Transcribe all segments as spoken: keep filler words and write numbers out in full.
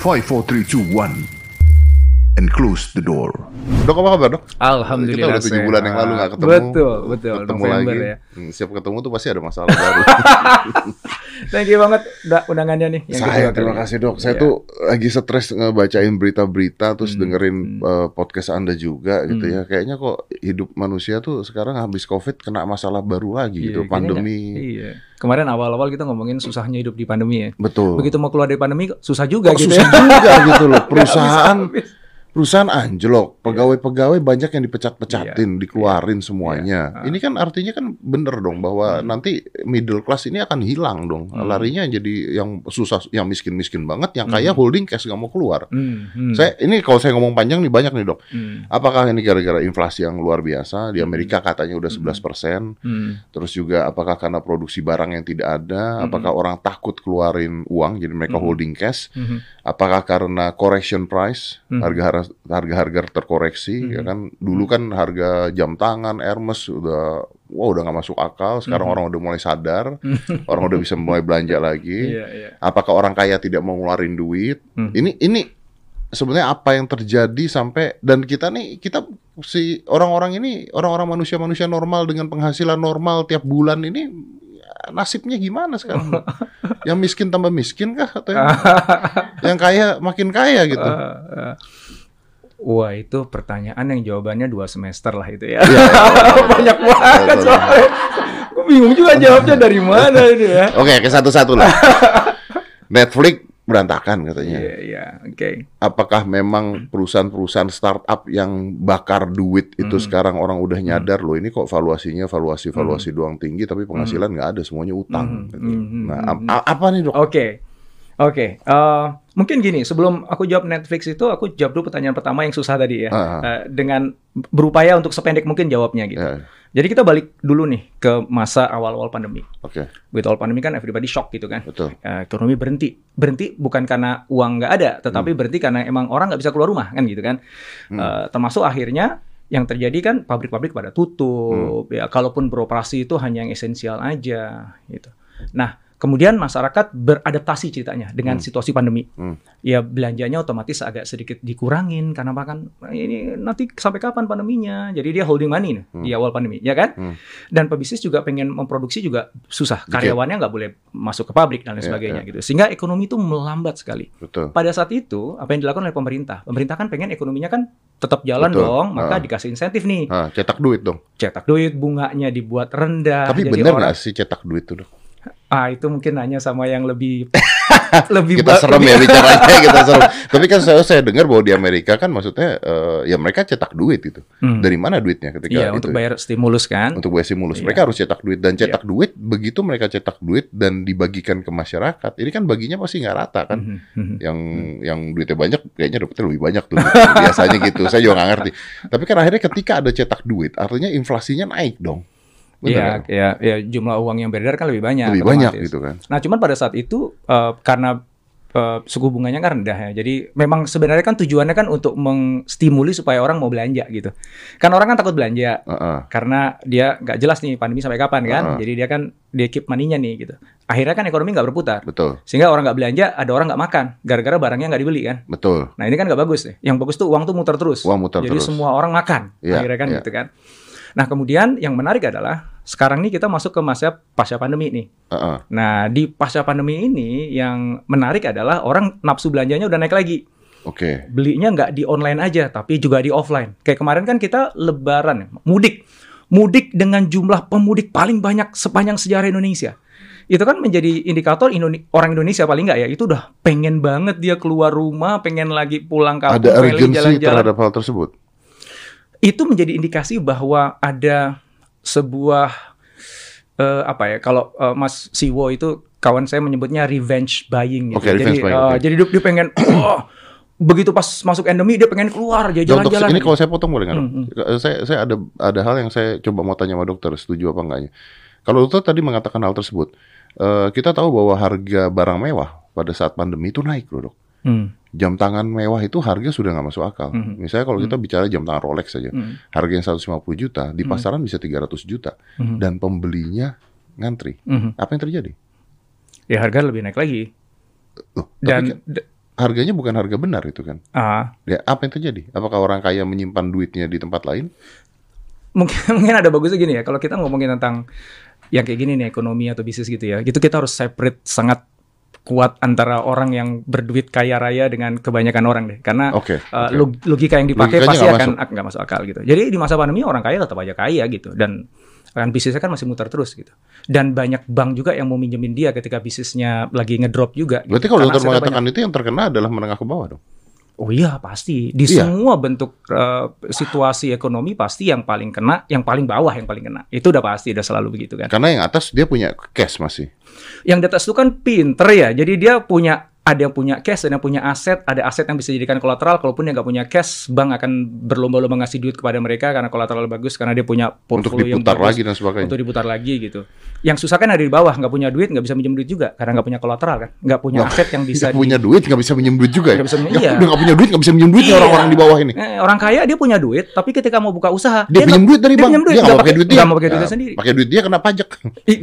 five, four, three, two, one and close the door. Dok, apa kabar, Dok? Alhamdulillah. Kita udah tujuh bulan yang lalu nggak ketemu. Betul, betul. Ketemu November lagi. ya. Hmm, Siap ketemu tuh pasti ada masalah baru. Thank you banget udah undangannya nih. Yang Saya terima kasih, Dok. Saya Iya. tuh lagi stres ngebacain berita-berita terus Hmm, dengerin hmm. uh, podcast Anda juga gitu Hmm. ya. Kayaknya kok hidup manusia tuh sekarang habis Covid kena masalah baru lagi Iya, gitu, kayaknya pandemi. nggak- Iya. Kemarin awal-awal kita ngomongin susahnya hidup di pandemi ya. Betul. Begitu mau keluar dari pandemi susah juga Kok gitu susah ya. juga gitu loh. Nggak Perusahaan bisa habis. Perusahaan anjlok, pegawai-pegawai banyak yang dipecat-pecatin, Iya, dikeluarin semuanya. iya. Ini kan artinya kan bener dong bahwa Hmm. nanti middle class ini akan hilang dong. Hmm. Larinya jadi yang susah, yang miskin-miskin banget, yang Hmm. kaya holding cash nggak mau keluar. Hmm, hmm, Saya ini kalau saya ngomong panjang nih banyak nih, Dok. hmm, Apakah ini gara-gara inflasi yang luar biasa di Hmm. Amerika katanya udah Hmm. sebelas persen? hmm, Terus juga apakah karena produksi barang yang tidak ada? Hmm. Apakah orang takut keluarin uang jadi mereka Hmm. holding cash? hmm, Apakah karena correction price, Hmm. harga harga-harga terkoreksi, Hmm. ya kan? Dulu kan harga jam tangan Hermes udah, wah udah nggak masuk akal. Sekarang Hmm. orang udah mulai sadar, orang udah bisa mulai belanja lagi. Iya, iya. Apakah orang kaya tidak mau ngeluarin duit? Hmm. Ini ini sebenarnya apa yang terjadi sampai dan kita nih kita si orang-orang ini orang-orang manusia-manusia normal dengan penghasilan normal tiap bulan ini nasibnya gimana sekarang? Yang miskin tambah miskin kah atau yang, yang kaya makin kaya gitu? Uh, uh. Wah, itu pertanyaan yang jawabannya dua semester lah itu ya. Iya, Banyak banget Betul. soalnya. Gue bingung juga jawabnya dari mana ini ya. Oke, ke satu-satu lah. Netflix berantakan katanya. Iya, iya, oke. Apakah memang perusahaan-perusahaan startup yang bakar duit itu Hmm. sekarang orang udah nyadar loh ini kok valuasinya valuasi-valuasi Hmm. doang tinggi tapi penghasilan nggak ada, semuanya utang. Hmm. gitu. Hmm. Nah, Hmm. ap- apa nih, Dok? Oke, oke. Eh, mungkin gini, sebelum aku jawab Netflix itu, aku jawab dulu pertanyaan pertama yang susah tadi ya. Ah, ah. Eh, dengan berupaya untuk sependek mungkin jawabnya gitu. Ya, Jadi kita balik dulu nih ke masa awal-awal pandemi. oke, With awal pandemi kan everybody shock gitu kan. betul. Eh, ekonomi berhenti. Berhenti bukan karena uang nggak ada, tetapi berhenti karena emang orang nggak bisa keluar rumah kan gitu kan. Hmm. Eh, termasuk akhirnya yang terjadi kan pabrik-pabrik pada tutup. Ya, kalaupun beroperasi itu hanya yang esensial aja gitu. Nah, kemudian masyarakat beradaptasi ceritanya dengan Hmm. situasi pandemi. Hmm. Ya belanjanya otomatis agak sedikit dikurangin karena apa kan ini nanti sampai kapan pandeminya. Jadi dia holding money nih Hmm. di awal pandemi, ya kan? Hmm. Dan pebisnis juga pengen memproduksi juga susah. Dikit. Karyawannya nggak boleh masuk ke pabrik dan lain Ya, sebagainya ya. gitu. Sehingga ekonomi itu melambat sekali. Betul. Pada saat itu apa yang dilakukan oleh pemerintah? Pemerintah kan pengen ekonominya kan tetap jalan Betul. dong, maka Ah. dikasih insentif nih. Ah, cetak duit dong. Cetak duit, bunganya dibuat rendah. Tapi Jadi bener orang- nggak sih cetak duit tuh, Dok? Ah, itu mungkin nanya sama yang lebih lebih Kita ba- serem lebih- ya bicaranya, kita serem. Tapi kan saya saya dengar bahwa di Amerika kan maksudnya eh, ya mereka cetak duit itu. Hmm. Dari mana duitnya ketika Iya, itu? untuk bayar stimulus kan. Untuk bayar stimulus. Iya. Mereka harus cetak duit dan cetak duit begitu mereka cetak duit dan dibagikan ke masyarakat. Ini kan baginya pasti nggak rata kan. Mhm, mhm. Yang yang duitnya banyak kayaknya dapetnya lebih banyak tuh. Biasanya gitu. Saya juga nggak ngerti. Tapi kan akhirnya ketika ada cetak duit, artinya inflasinya naik dong. Bener Iya, kan? ya, ya jumlah uang yang beredar kan lebih banyak. Lebih banyak otomatis. gitu kan. Nah, cuman pada saat itu eh, karena eh, suku bunganya kan rendah ya. Jadi memang sebenarnya kan tujuannya kan untuk mengstimuli supaya orang mau belanja gitu. Kan orang kan takut belanja Heeh. karena dia nggak jelas nih pandemi sampai kapan kan. Uh-uh. Jadi dia kan dia keep money-nya nih gitu. Akhirnya kan ekonomi nggak berputar. Betul, Sehingga orang nggak belanja, ada orang nggak makan gara-gara barangnya nggak dibeli kan. betul. Nah, ini kan nggak bagus nih. Yang bagus tuh uang tuh muter terus. Uang muter Jadi terus. semua orang makan. Iya, Akhirnya kan iya. gitu kan. Nah, kemudian yang menarik adalah sekarang nih kita masuk ke masa pasca pandemi nih. Heeh. Nah, di pasca pandemi ini yang menarik adalah orang nafsu belanjanya udah naik lagi. Oke. Belinya nggak di online aja, tapi juga di offline. Kayak kemarin kan kita lebaran, ya, mudik. Mudik dengan jumlah pemudik paling banyak sepanjang sejarah Indonesia. Itu kan menjadi indikator Indone- orang Indonesia paling nggak ya, itu udah pengen banget dia keluar rumah, pengen lagi pulang kampung, Ada pengen urgensi jalan-jalan. terhadap hal tersebut. Itu menjadi indikasi bahwa ada sebuah eh, apa ya, kalau eh, Mas Siwo itu kawan saya menyebutnya revenge buying gitu. Oke, revenge jadi buying, eh, oke. jadi dia, dia pengen oh, begitu pas masuk endemi dia pengen keluar dia Nah, untuk jalan-jalan. ini gitu. kalau saya potong boleh nggak? Dok? Hmm, Saya saya ada ada hal yang saya coba mau tanya sama dokter, setuju apa enggaknya? Kalau dokter tadi mengatakan hal tersebut, eh, kita tahu bahwa harga barang mewah pada saat pandemi itu naik loh, Dok. Hmm, Jam tangan mewah itu harga sudah nggak masuk akal. Mhm. Misalnya kalau kita bicara jam tangan Rolex saja, hmm, harganya seratus lima puluh juta, di pasaran bisa tiga ratus juta hmm, dan pembelinya ngantri. hmm. Apa yang terjadi? Ya harga lebih naik lagi. Loh, tapi Dan kan- d- harganya bukan harga benar itu kan. Ah, Ya, apa yang terjadi? Apakah orang kaya menyimpan duitnya di tempat lain? mungkin mungkin ada bagusnya gini ya. Kalau kita ngomongin tentang yang kayak gini nih, ekonomi atau bisnis gitu ya, gitu kita harus separate sangat kuat antara orang yang berduit kaya raya dengan kebanyakan orang deh. Karena Oke, uh, oke. log- logika yang dipakai Logikanya pasti nggak akan masuk. ak- nggak masuk akal gitu. Jadi di masa pandemi orang kaya tetap aja kaya gitu, dan kan bisnisnya kan masih muter terus gitu. Dan banyak bank juga yang mau minjemin dia ketika bisnisnya lagi ngedrop juga. Berarti gitu. kalau Karena dokter asetnya mengatakan banyak. itu yang terkena adalah menengah ke bawah dong. Oh iya pasti di Iya. semua bentuk uh, situasi ekonomi pasti yang paling kena, yang paling bawah yang paling kena. Itu udah pasti, udah selalu begitu kan. Karena yang atas dia punya cash masih. Yang di atas itu kan pinter ya. Jadi dia punya, ada yang punya cash dan yang punya aset. Ada aset yang bisa dijadikan kolateral. Kalaupun dia nggak punya cash, bank akan berlomba-lomba ngasih duit kepada mereka karena kolateral bagus. Karena dia punya Untuk portfolio yang diputar bagus. lagi dan sebagainya. Untuk diputar lagi gitu. Yang susah kan ada di bawah, nggak punya duit, nggak bisa minjem duit juga karena nggak punya kolateral kan, nggak punya Nggak- aset yang bisa Nggak punya duit, nggak bisa minjem duit juga ya? Nggak bisa minjem, Nggak- iya. Udah nggak punya duit, nggak bisa minjem duit nih Iya. orang-orang di bawah ini. Eh, orang kaya dia punya duit, tapi ketika mau buka usaha Dia pinjam nggak- duit dari dia bank. pinjam duit, Dia nggak nggak mau pakai duit dia. nggak mau pakai duitnya Nah, sendiri. Pakai duit dia kena pajak. Ih.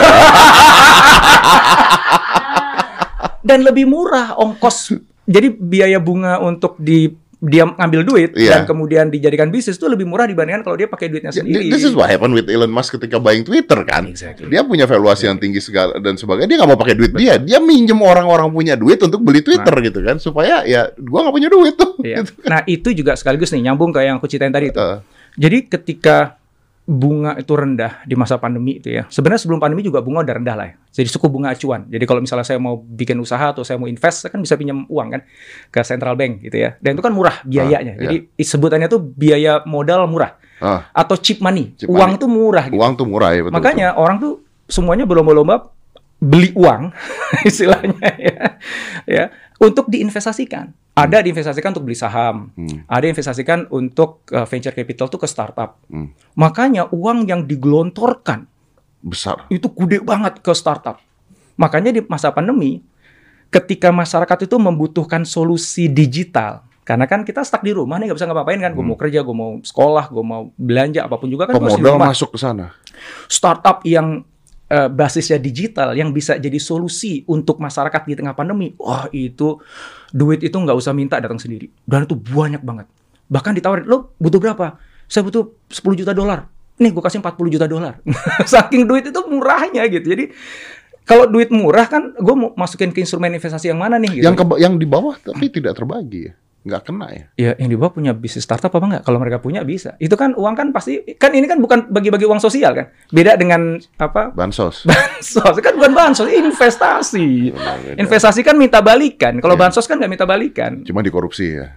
Dan lebih murah ongkos. Jadi biaya bunga untuk di dia ngambil duit Iya. dan kemudian dijadikan bisnis itu lebih murah dibandingkan kalau dia pakai duitnya sendiri. This is what happened with Elon Musk ketika buying Twitter kan. Exactly. Dia punya valuasi yang tinggi segala dan sebagainya. Dia nggak mau pakai duit dia. Dia minjem orang-orang punya duit untuk beli Twitter gitu kan. Supaya ya gua nggak punya duit tuh. Iya. Gitu. Nah itu juga sekaligus nih nyambung ke yang aku ceritain tadi itu. Uh, Jadi ketika bunga itu rendah di masa pandemi itu ya. Sebenarnya sebelum pandemi juga bunga udah rendah lah ya. Jadi suku bunga acuan. Jadi kalau misalnya saya mau bikin usaha atau saya mau invest, saya kan bisa pinjam uang kan ke central bank gitu ya. Dan itu kan murah biayanya. Ah, Jadi sebutannya tuh biaya modal murah ah, atau cheap money. Cheap uang money. tuh murah gitu. uang tuh murah ya betul. Makanya orang tuh semuanya berlomba-lomba beli uang istilahnya ya. Ya, untuk diinvestasikan. Ada diinvestasikan untuk beli saham. Hmm. Ada investasikan untuk uh, venture capital tuh ke startup. Hmm. Makanya uang yang digelontorkan Besar. itu gede banget ke startup. Makanya di masa pandemi, ketika masyarakat itu membutuhkan solusi digital, karena kan kita stuck di rumah nih, nggak bisa ngapa-ngapain kan. Gue mau kerja, gue mau sekolah, gue mau belanja, apapun juga kan gue harus di Pemodal rumah. masuk ke sana. Startup yang eh, basisnya digital, yang bisa jadi solusi untuk masyarakat di tengah pandemi, wah itu duit itu nggak usah minta, datang sendiri. Dan itu banyak banget. Bahkan ditawarin, lo butuh berapa? Saya butuh sepuluh juta dolar. Nih gue kasih empat puluh juta dolar. Saking duit itu murahnya gitu. Jadi kalau duit murah kan gue mau masukin ke instrumen investasi yang mana nih gitu. Yang ke, yang di bawah tapi tidak terbagi ya. Nggak kena ya. Ya yang di bawah punya bisnis startup apa enggak? Kalau mereka punya bisa. Itu kan uang kan pasti, kan ini kan bukan bagi-bagi uang sosial kan. Beda dengan apa? Bansos. Bansos kan bukan bansos, investasi. Beda. Investasi kan minta balikan. Kalau Iya. bansos kan nggak minta balikan. Cuma dikorupsi ya.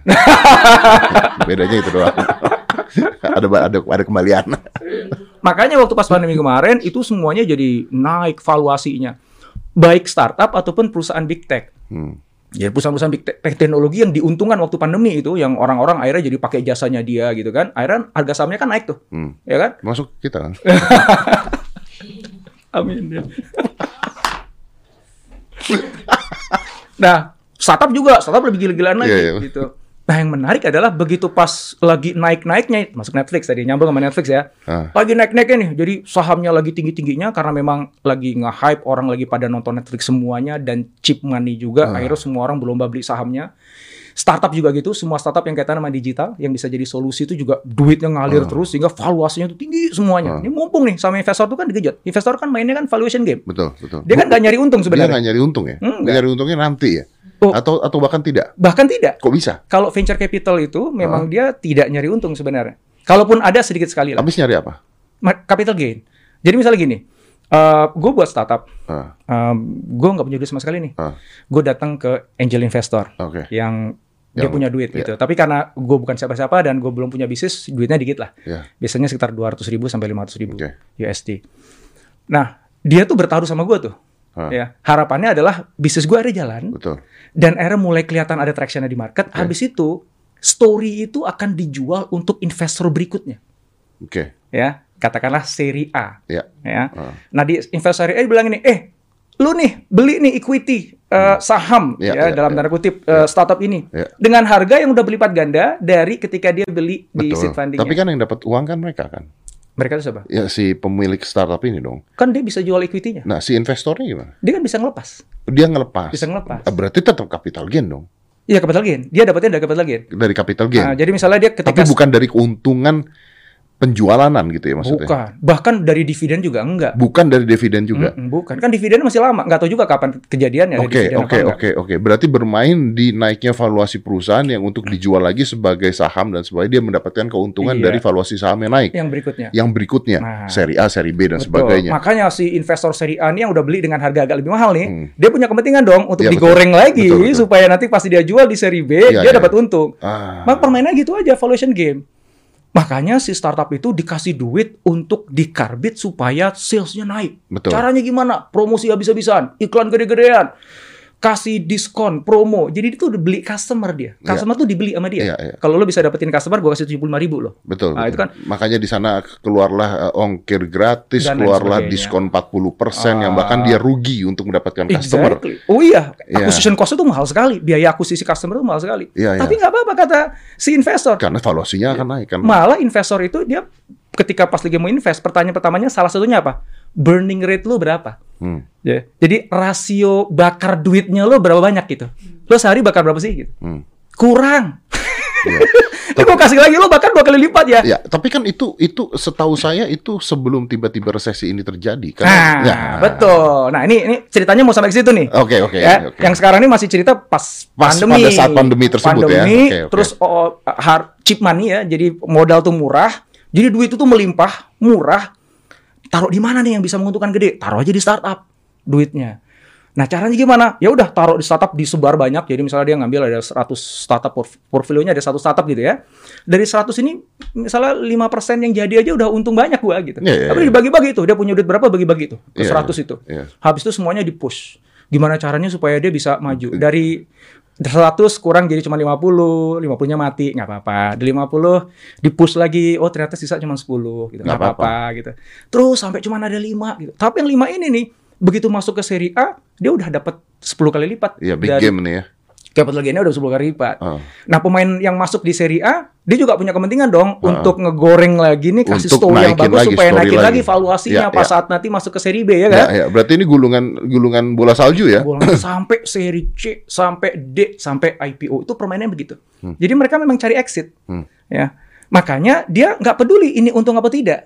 Bedanya itu doang. ada ada ada kembalian. Makanya waktu pas pandemi kemarin itu semuanya jadi naik valuasinya. Baik startup ataupun perusahaan big tech. Hmm. Ya perusahaan-perusahaan big tech teknologi yang diuntungkan waktu pandemi itu, yang orang-orang akhirnya jadi pakai jasanya dia gitu kan. Akhirnya harga sahamnya kan naik tuh. Hmm. Ya kan? Masuk kita kan. Amin ya. Nah, startup juga, startup lebih gila-gilaan lagi Iya, iya. gitu. Nah, yang menarik adalah begitu pas lagi naik-naiknya, masuk Netflix tadi, nyambung sama Netflix ya. Ah. Lagi naik-naiknya nih, jadi sahamnya lagi tinggi-tingginya karena memang lagi nge-hype, orang lagi pada nonton Netflix semuanya dan cheap money juga. Ah. Akhirnya semua orang berlomba beli sahamnya. Startup juga gitu, semua startup yang kaitan sama digital, yang bisa jadi solusi itu juga duitnya ngalir Ah. terus sehingga valuasinya tuh tinggi semuanya. Ah. Ini mumpung nih sama investor tuh kan digejot. Investor kan mainnya kan valuation game. Betul, betul. Dia kan nggak nyari untung Dia sebenarnya. nggak nyari untung ya. Hmm, Dia nyari untungnya nanti ya. Oh. Atau atau bahkan tidak. Bahkan tidak. Kok bisa? Kalau venture capital itu memang Ah. dia tidak nyari untung sebenarnya. Kalaupun ada sedikit sekali lah. Habis nyari apa? Ma- Capital gain. Jadi misalnya gini, gue buat startup, Ah, gue nggak punya duit sama sekali nih. ah, Gue datang ke angel investor oke. yang dia Yang- punya duit iya. gitu. Tapi karena gue bukan siapa-siapa dan gue belum punya bisnis, duitnya dikit lah. Ya. Biasanya sekitar dua ratus ribu sampai lima ratus ribu Oke. U S D. Nah, dia tuh bertaruh sama gue tuh. Ah. Ya, harapannya adalah bisnis gue ada jalan. Betul. Dan akhirnya mulai kelihatan ada traction di market. Habis itu, story itu akan dijual untuk investor berikutnya. Oke. Ya, katakanlah seri A. Ya. Ya. Ah. Nah, di investor seri A bilang ini, eh, lu nih beli nih equity uh, saham Ya, ya, ya, dalam ya. tanda kutip uh, startup ini Ya. dengan harga yang udah berlipat ganda dari ketika dia beli di seed Betul. funding-nya. Tapi kan yang dapat uang kan mereka kan. Mereka itu siapa? Ya si pemilik startup ini dong. Kan dia bisa jual equity-nya. Nah, si investornya gimana? Dia kan bisa ngelepas. Dia ngelepas. Bisa ngelepas. Ah, berarti tetap capital gain dong. Iya, capital gain. Dia dapatnya dari capital gain. Dari capital gain. Nah, jadi misalnya dia ketika Tapi bukan dari keuntungan penjualanan gitu ya maksudnya? Bukan. Bahkan dari dividen juga enggak. Bukan dari dividen juga? Mm-mm, bukan. Kan dividen masih lama. Nggak tahu juga kapan kejadiannya. Oke, oke, oke, oke. Berarti bermain di naiknya valuasi perusahaan yang untuk dijual lagi sebagai saham dan sebagainya, dia mendapatkan keuntungan Iya. dari valuasi sahamnya naik. Yang berikutnya. Yang berikutnya, Nah. seri A, seri B, dan Betul. sebagainya. Makanya si investor seri A ini yang udah beli dengan harga agak lebih mahal nih, Hmm. dia punya kepentingan dong untuk Iya, digoreng betul. lagi Betul, betul. supaya nanti pasti dia jual di seri B, Iya, dia iya. dapat untung. Ah. Maka permainannya gitu aja, valuation game. Makanya si startup itu dikasih duit untuk dikarbit supaya salesnya naik. Betul. Caranya gimana? Promosi habis-habisan, iklan gede-gedean, kasih diskon, promo. Jadi itu udah beli customer dia. Customer tuh dibeli sama dia. Iya, iya. Kalau lo bisa dapetin customer, gue kasih tujuh puluh lima ribu loh. Betul, Nah, betul. itu kan- Makanya di sana keluarlah uh, ongkir gratis, Dan lain keluarlah sebagainya. diskon empat puluh persen yang Ah. bahkan dia rugi untuk mendapatkan customer. Exactly. Oh iya, Iya. acquisition cost itu mahal sekali. Biaya akuisisi customer itu mahal sekali. Iya, iya. Tapi nggak apa-apa kata si investor. Karena valuasinya akan naik kan. Malah investor itu dia ketika pas lagi mau invest, pertanyaan pertamanya salah satunya apa? Burning rate lu berapa? Hmm. Ya. Jadi rasio bakar duitnya lo berapa banyak gitu. Lo sehari bakar berapa sih gitu? Hmm. Kurang. Iya. Tapi gue kasih lagi lo bakar dua kali lipat ya. Ya, tapi kan itu itu setahu saya itu sebelum tiba-tiba resesi ini terjadi. Nah, Karena, ya. betul. Nah, ini ini ceritanya mau sampai ke situ nih. Oke, oke, Ya, oke. yang sekarang ini masih cerita pas, Pas pandemi. pada saat pandemi tersebut ya. Pandemi, Oke, oke. terus oh, hard, cheap money ya. Jadi modal tuh murah. Jadi duit itu tuh melimpah, murah. Taruh di mana nih yang bisa menguntungkan gede? Taruh aja di startup duitnya. Nah, caranya gimana? Ya udah taruh di startup, disebar banyak. Jadi misalnya dia ngambil ada seratus startup, porf- portfolionya ada satu startup gitu ya. Dari seratus ini misalnya lima persen yang jadi aja udah untung banyak gua gitu. Iya, iya, Tapi iya. dibagi-bagi tuh, dia punya duit berapa bagi-bagi tuh ke Iya, seratus itu. iya. Habis itu semuanya di-push. Gimana caranya supaya dia bisa maju? Dari seratus kurang jadi cuma lima puluh, lima puluhnya mati, nggak apa-apa. Di lima puluh di-push lagi, oh ternyata sisa cuma sepuluh gitu. Nggak Nggak apa-apa. apa-apa gitu. Terus sampai cuma ada lima gitu. Tapi yang lima ini nih, begitu masuk ke seri A, dia udah dapat sepuluh kali lipat. Iya, big dari game nih ya. capital gain-nya udah sepuluh kali lipat. Oh. Nah, pemain yang masuk di seri A, dia juga punya kepentingan dong untuk ngegoreng lagi nih, kasih Untuk story yang naikin bagus lagi, supaya story naikin lagi, lagi. valuasinya Ya, pas ya. saat nanti masuk ke seri B ya Ya, kan? ya, berarti ini gulungan gulungan bola salju ya. Bola sampai seri C, sampai D, sampai I P O itu permainannya begitu. Hmm. Jadi mereka memang cari exit, Hmm. ya. Makanya dia nggak peduli ini untung apa tidak,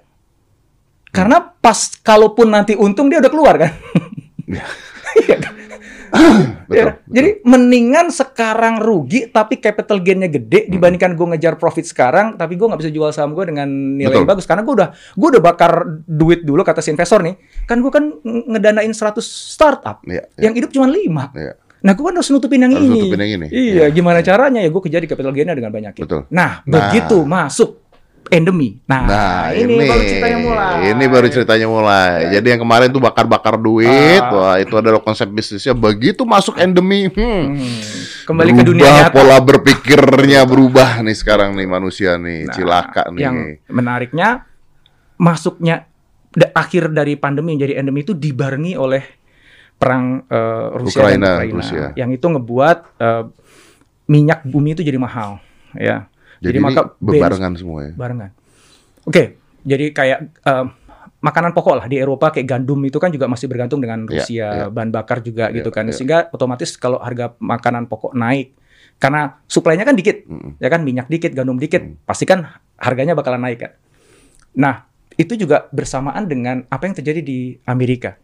karena pas kalaupun nanti untung dia udah keluar kan. Ya. Iya kan? Betul, Ya, betul. jadi mendingan sekarang rugi tapi capital gain-nya gede dibandingkan gue ngejar profit sekarang tapi gue nggak bisa jual saham gue dengan nilai Betul. yang bagus karena gue udah gue udah bakar duit dulu kata si investor nih, kan gue kan ng- ngedanain seratus startup Iya, iya. yang hidup cuma lima. Iya. Nah, gue kan harus nutupin yang Harus ini. nutupin yang ini. Iya, Iya. gimana caranya ya gue kejar di capital gain-nya dengan banyak. Betul. Nah, Nah. begitu masuk endemi. Nah, Nah, ini, ini, baru ceritanya mulai. Ini baru ceritanya mulai. Jadi yang kemarin tuh bakar-bakar duit, Ah. wah itu adalah konsep bisnisnya. Begitu masuk endemi, hmm, Hmm, kembali ke dunia berubah, nyata. pola berpikirnya berubah nih sekarang nih manusia nih, Nah, cilaka nih. Yang menariknya masuknya da- akhir dari pandemi menjadi endemi itu dibarengi oleh perang eh, Rusia Ukraina, dan Ukraina. Rusia. Yang itu ngebuat eh, minyak bumi itu jadi mahal, ya. Jadi, ini maka bebarengan semua ya. barengan. Oke, jadi kayak eh, makanan pokok lah di Eropa kayak gandum itu kan juga masih bergantung dengan Iya, Rusia, iya. bahan bakar juga Iya, gitu kan. iya. Sehingga otomatis kalau harga makanan pokok naik karena suplainya kan dikit, Mm-mm. ya kan minyak dikit, gandum dikit, Mm. pasti kan harganya bakalan naik kan. Nah, itu juga bersamaan dengan apa yang terjadi di Amerika.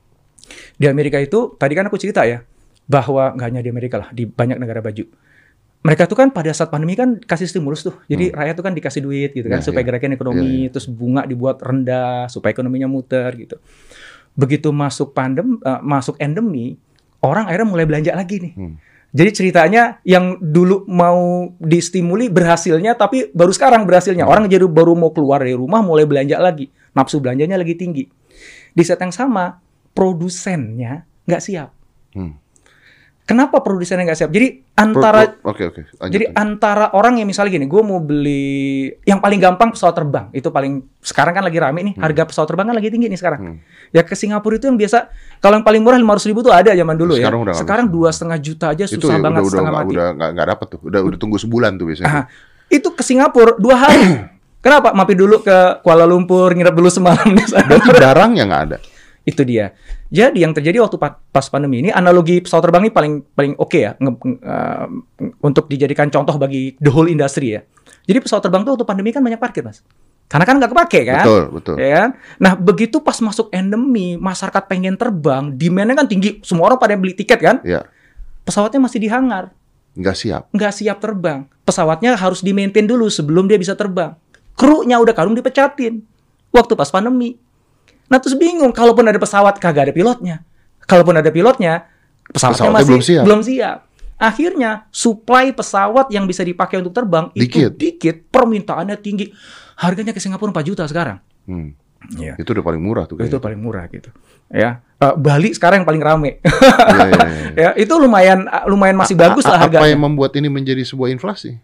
Di Amerika itu tadi kan aku cerita ya bahwa nggak hanya di Amerika lah, di banyak negara baju. Mereka tuh kan pada saat pandemi kan kasih stimulus tuh. Jadi Hmm. rakyat tuh kan dikasih duit gitu kan Ya, supaya ya. gerakan ekonomi, Ya, ya. terus bunga dibuat rendah supaya ekonominya muter gitu. Begitu masuk pandem eh, masuk endemi, orang akhirnya mulai belanja lagi nih. Hmm. Jadi ceritanya yang dulu mau distimuli berhasilnya tapi baru sekarang berhasilnya. Hmm. Orang jadi baru mau keluar dari rumah mulai belanja lagi. Nafsu belanjanya lagi tinggi. Di saat yang sama produsennya nggak siap. Hmm. Kenapa produsennya nggak siap? Jadi antara Pro- pro- Oke oke. lanjut, jadi lanjut. antara orang yang misalnya gini, gue mau beli yang paling gampang pesawat terbang, itu paling sekarang kan lagi rame nih, harga pesawat terbang kan lagi tinggi nih sekarang. Hmm. Ya ke Singapura itu yang biasa, kalau yang paling murah lima ratus ribu tuh ada zaman dulu Sekarang ya. udah nggak Sekarang bisa. dua setengah juta aja itu susah ya, banget udah udah setengah nggak- mati. udah nggak nggak dapet tuh. Udah udah tunggu sebulan tuh biasanya. Ah, itu ke Singapura dua hari. Kenapa? Mampir dulu ke Kuala Lumpur, nginep dulu semalam di sana. Berarti barangnya nggak ada. Itu dia. Jadi yang terjadi waktu pa- pas pandemi ini, analogi pesawat terbang ini paling paling oke ya nge- nge- uh, untuk dijadikan contoh bagi the whole industry ya. Jadi pesawat terbang tuh waktu pandemi kan banyak parkir, Mas. Karena kan nggak kepake kan? Betul, betul. Ya kan? Nah, begitu pas masuk endemi, masyarakat pengen terbang, demand-nya kan tinggi, semua orang pada beli tiket kan? Ya, Pesawatnya masih di hangar, nggak siap. nggak siap terbang. Pesawatnya harus di-maintain dulu sebelum dia bisa terbang. Krunya udah kadung dipecatin waktu pas pandemi. Nah, terus bingung, kalaupun ada pesawat kagak ada pilotnya. Kalaupun ada pilotnya, pesawatnya, Pesawatnya masih belum siap. belum siap. Akhirnya, supply pesawat yang bisa dipakai untuk terbang itu Dikit. dikit, permintaannya tinggi. Harganya ke Singapura empat juta sekarang. Hmm. Iya. Itu udah paling murah tuh Itu kayaknya. paling murah gitu. Ya, Eh, Bali sekarang yang paling rame. Iya, iya, iya. Ya, itu lumayan lumayan masih bagus lah A- Apa harganya. yang membuat ini menjadi sebuah inflasi?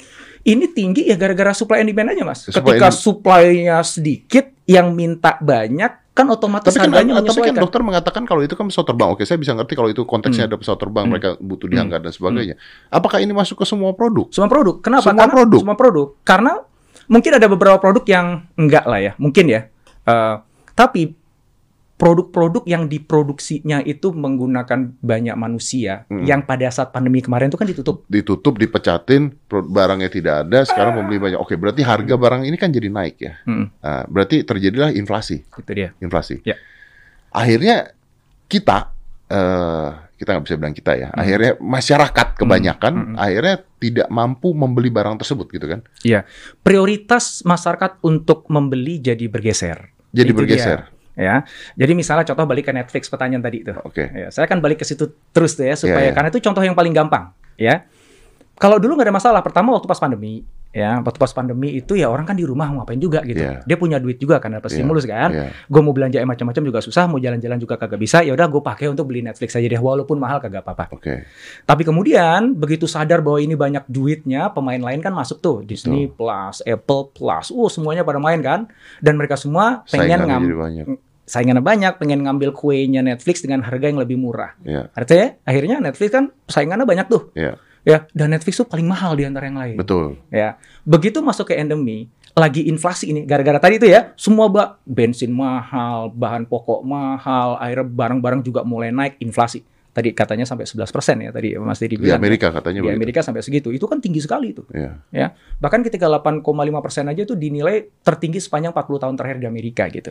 Ini tinggi ya gara-gara supply and demand aja, Mas. Supply Ketika and- supply-nya sedikit, yang minta banyak, kan otomatis Tapi kan, harganya tapi kan menyesuaikan. dokter mengatakan kalau itu kan pesawat terbang. Oke, saya bisa ngerti kalau itu konteksnya ada pesawat terbang, mereka butuh diangkat dan sebagainya. Apakah ini masuk ke semua produk? Semua produk. Kenapa? Semua Karena produk. Semua produk. Karena mungkin ada beberapa produk yang enggak lah ya. Mungkin ya. Eh, tapi produk-produk yang diproduksinya itu menggunakan banyak manusia Hmm. yang pada saat pandemi kemarin itu kan ditutup. Ditutup, dipecatin, pro- barangnya tidak ada, sekarang pembeli banyak. Oke, berarti harga barang ini kan jadi naik ya. Hmm, Nah, berarti terjadilah inflasi, itu dia. inflasi. Ya. Akhirnya kita, eh, kita nggak bisa bilang kita ya. Akhirnya masyarakat kebanyakan Hmm. akhirnya tidak mampu membeli barang tersebut gitu kan. Iya. Prioritas masyarakat untuk membeli jadi bergeser. Jadi Itu bergeser. dia. Ya, jadi misalnya contoh balik ke Netflix pertanyaan tadi itu. Oke. Ya, saya akan balik ke situ terus tuh ya supaya Ya, ya. karena itu contoh yang paling gampang ya. Kalau dulu nggak ada masalah, pertama waktu pas pandemi ya, waktu pas pandemi itu ya orang kan di rumah mau ngapain juga gitu. Ya. Dia punya duit juga kan dapat Ya, stimulus kan. ya. Gue mau belanja macam-macam juga susah, mau jalan-jalan juga kagak bisa. Ya udah gue pakai untuk beli Netflix aja deh walaupun mahal kagak apa-apa. Oke. Tapi kemudian begitu sadar bahwa ini banyak duitnya, pemain lain kan masuk tuh Disney Plus, Apple Plus, uh semuanya pada main kan. Dan mereka semua pengen Saingannya ngam jadi banyak. saingannya banyak, pengen ngambil kuenya Netflix dengan harga yang lebih murah. Ya, Artinya akhirnya Netflix kan saingannya banyak tuh. ya, Ya, dan Netflix tuh paling mahal di antara yang lain. betul. Ya. Begitu masuk ke endemi, lagi inflasi ini gara-gara tadi itu ya, semua ba- bensin mahal, bahan pokok mahal, akhirnya barang-barang juga mulai naik inflasi. Tadi katanya sampai sebelas persen ya tadi Mas Didi Di bilang. Amerika katanya Di begitu. Amerika sampai segitu. Itu kan tinggi sekali itu. Ya. Ya. Bahkan ketika delapan koma lima persen aja itu dinilai tertinggi sepanjang empat puluh tahun terakhir di Amerika gitu.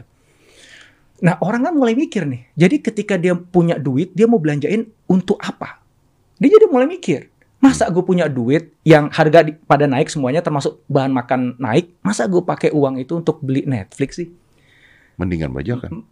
Nah, orang kan mulai mikir nih. Jadi ketika dia punya duit, dia mau belanjain untuk apa? Dia jadi mulai mikir. Masa gue punya duit yang harga di- pada naik semuanya termasuk bahan makan naik, masa gue pakai uang itu untuk beli Netflix sih? Mendingan bajakan.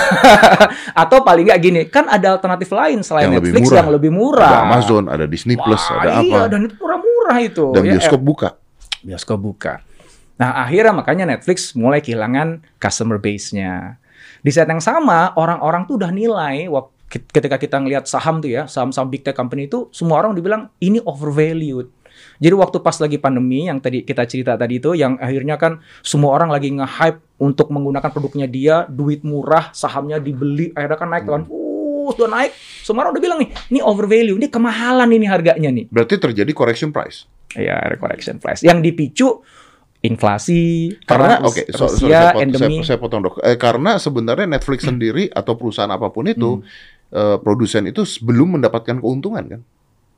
Atau paling nggak gini, kan ada alternatif lain selain Yang lebih Netflix murah. yang lebih murah. Ada Amazon, ada Disney Plus, Wah, ada iya, apa. dan itu murah-murah itu. Dan Ya, bioskop buka. bioskop buka. Nah, akhirnya makanya Netflix mulai kehilangan customer base-nya. Di saat yang sama, orang-orang tuh udah nilai wak- ketika kita ngelihat saham tuh ya, saham-saham big tech company itu semua orang dibilang ini overvalued. Jadi waktu pas lagi pandemi yang tadi kita cerita tadi itu, yang akhirnya kan semua orang lagi nge-hype untuk menggunakan produknya dia, duit murah, sahamnya dibeli, akhirnya kan naik kan, uh, udah naik. Semua orang udah bilang nih, ini overvalue, ini kemahalan ini harganya nih. Berarti terjadi correction price. Ya, correction price. Yang dipicu inflasi, Karena perang oke, Rus- so- sorry, Rusia, saya, pot- endemi. saya, saya potong dok. Eh, karena sebenarnya Netflix sendiri atau perusahaan apapun itu, eh, produsen itu belum mendapatkan keuntungan kan.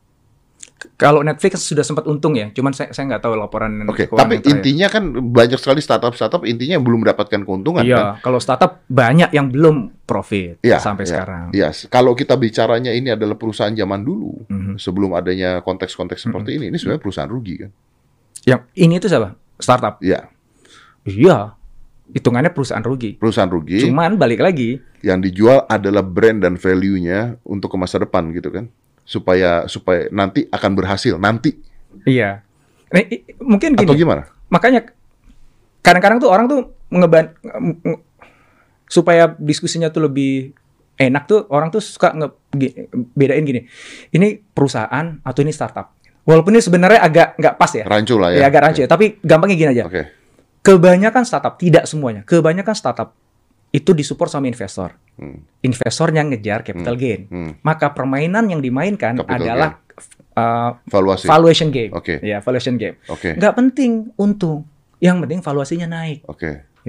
Kalau Netflix sudah sempat untung ya, cuman saya saya nggak tahu laporan Oke, keuangan tapi yang terakhir. intinya kan banyak sekali startup-startup intinya belum mendapatkan keuntungan kan. Iya, kalau startup banyak yang belum profit Iya, sampai iya, sekarang. iya. Kalau kita bicaranya ini adalah perusahaan zaman dulu, Mhm. sebelum adanya konteks-konteks seperti ini, ini sebenarnya perusahaan rugi kan. Yang ini tuh siapa? Startup. Iya, Iya. Hitungannya perusahaan rugi. perusahaan rugi Cuman balik lagi, yang dijual adalah brand dan value-nya untuk ke masa depan gitu kan. Supaya supaya nanti akan berhasil nanti. iya. Nah, i- mungkin Atau gini. gimana? Makanya kadang-kadang tuh orang tuh ngeban nge- nge- supaya diskusinya tuh lebih enak tuh orang tuh suka nge, gi- bedain gini. Ini perusahaan atau ini startup. Walaupun ini sebenarnya agak nggak pas ya. Rancu lah Ya, ya. agak rancu ya. Tapi gampangnya gini aja. Oke. Kebanyakan startup, tidak semuanya. Kebanyakan startup itu disupport sama investor. Hmm. Investor yang ngejar capital gain. Hmm. Maka permainan yang dimainkan Capital adalah uh, Valuasi. valuation game. Oke. Ya, valuation game. Oke. Nggak penting untung. Yang penting valuasinya naik. Oke. Gitu.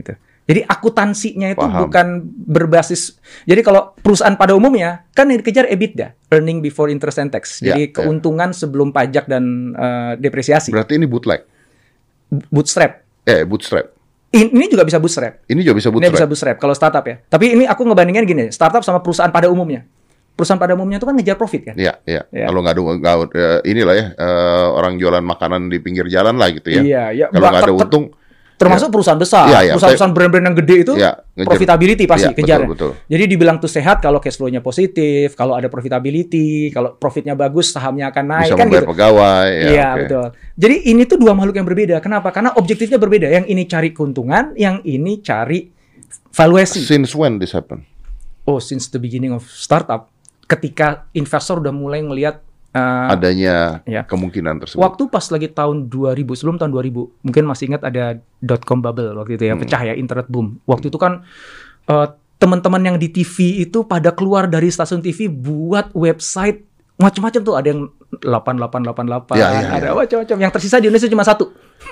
Jadi akuntansinya itu Paham. bukan berbasis. Jadi kalau perusahaan pada umumnya kan yang dikejar EBITDA, earning before interest and tax. Ya, Jadi ya. keuntungan sebelum pajak dan uh, depresiasi. Berarti ini bootleg. Bootstrap. Eh, bootstrap. In- Ini juga bisa bootstrap. Ini juga bisa Ini bootstrap. bisa bootstrap kalau startup ya. Tapi ini aku ngebandingin gini, startup sama perusahaan pada umumnya. Perusahaan pada umumnya itu kan ngejar profit kan. Iya, iya. Ya. Kalau nggak ada, nggak eh, inilah ya eh, orang jualan makanan di pinggir jalan lah gitu ya. Iya, iya. Kalau nggak ada Ter- ter- untung, Termasuk perusahaan besar, Iya, iya. perusahaan-perusahaan brand-brand yang gede itu Iya, ngejar. profitability pasti Iya, kejar. betul, betul. Jadi dibilang tuh sehat kalau cash flow-nya positif, kalau ada profitability, kalau profitnya bagus sahamnya akan naik bisa kan membayar gitu. pegawai. Ya, Iya, oke. betul. Jadi ini tuh dua makhluk yang berbeda. Kenapa? Karena objektifnya berbeda. Yang ini cari keuntungan, yang ini cari valuasi. Since when this happen? Oh, since the beginning of startup, ketika investor udah mulai ngelihat uh, Adanya ya. kemungkinan tersebut. waktu pas lagi tahun dua ribu, sebelum tahun dua ribu, mungkin masih ingat ada dot-com bubble waktu itu ya, Hmm. pecah ya, internet boom. Waktu itu kan uh, teman-teman yang di T V itu pada keluar dari stasiun T V buat website macam-macam tuh, ada yang delapan delapan delapan delapan, Ya, ya, ada ya. macam-macam. Yang tersisa di Indonesia cuma satu.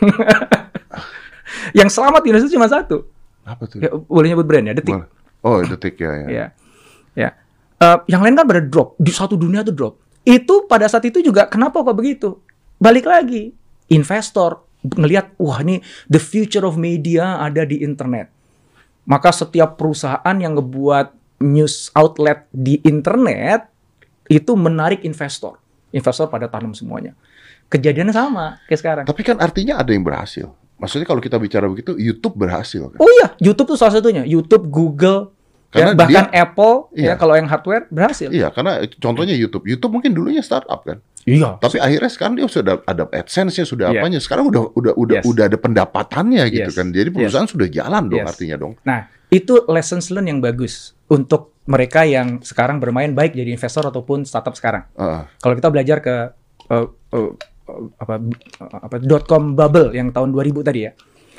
Yang selamat di Indonesia cuma satu. Apa tuh? Ya, boleh nyebut brand ya, Detik. Boleh. Oh, detik ya, ya. Ya, ya. Eh, yang lain kan pada drop, di satu dunia tuh drop. Itu pada saat itu juga kenapa kok begitu? Balik lagi, investor ngelihat, wah ini the future of media ada di internet. Maka setiap perusahaan yang ngebuat news outlet di internet itu menarik investor. Investor pada tanam semuanya. Kejadiannya sama kayak sekarang. Tapi kan artinya ada yang berhasil. Maksudnya kalau kita bicara begitu, YouTube berhasil kan? Oh iya, YouTube tuh salah satunya. YouTube, Google, ya, Karena bahkan dia- Apple, Iya. ya kalau yang hardware berhasil. Iya, karena contohnya YouTube. YouTube mungkin dulunya startup kan. Iya. Tapi akhirnya sekarang dia sudah ada AdSense-nya, sudah Iya. apanya. Sekarang udah udah udah Yes. udah ada pendapatannya gitu Yes. kan. Jadi perusahaan sudah jalan dong Yes. artinya dong. Nah, itu lessons learn yang bagus untuk mereka yang sekarang bermain baik jadi investor ataupun startup sekarang. Heeh. Kalau kita belajar ke uh, uh, uh, apa uh, apa dot-com bubble yang tahun dua ribu tadi ya.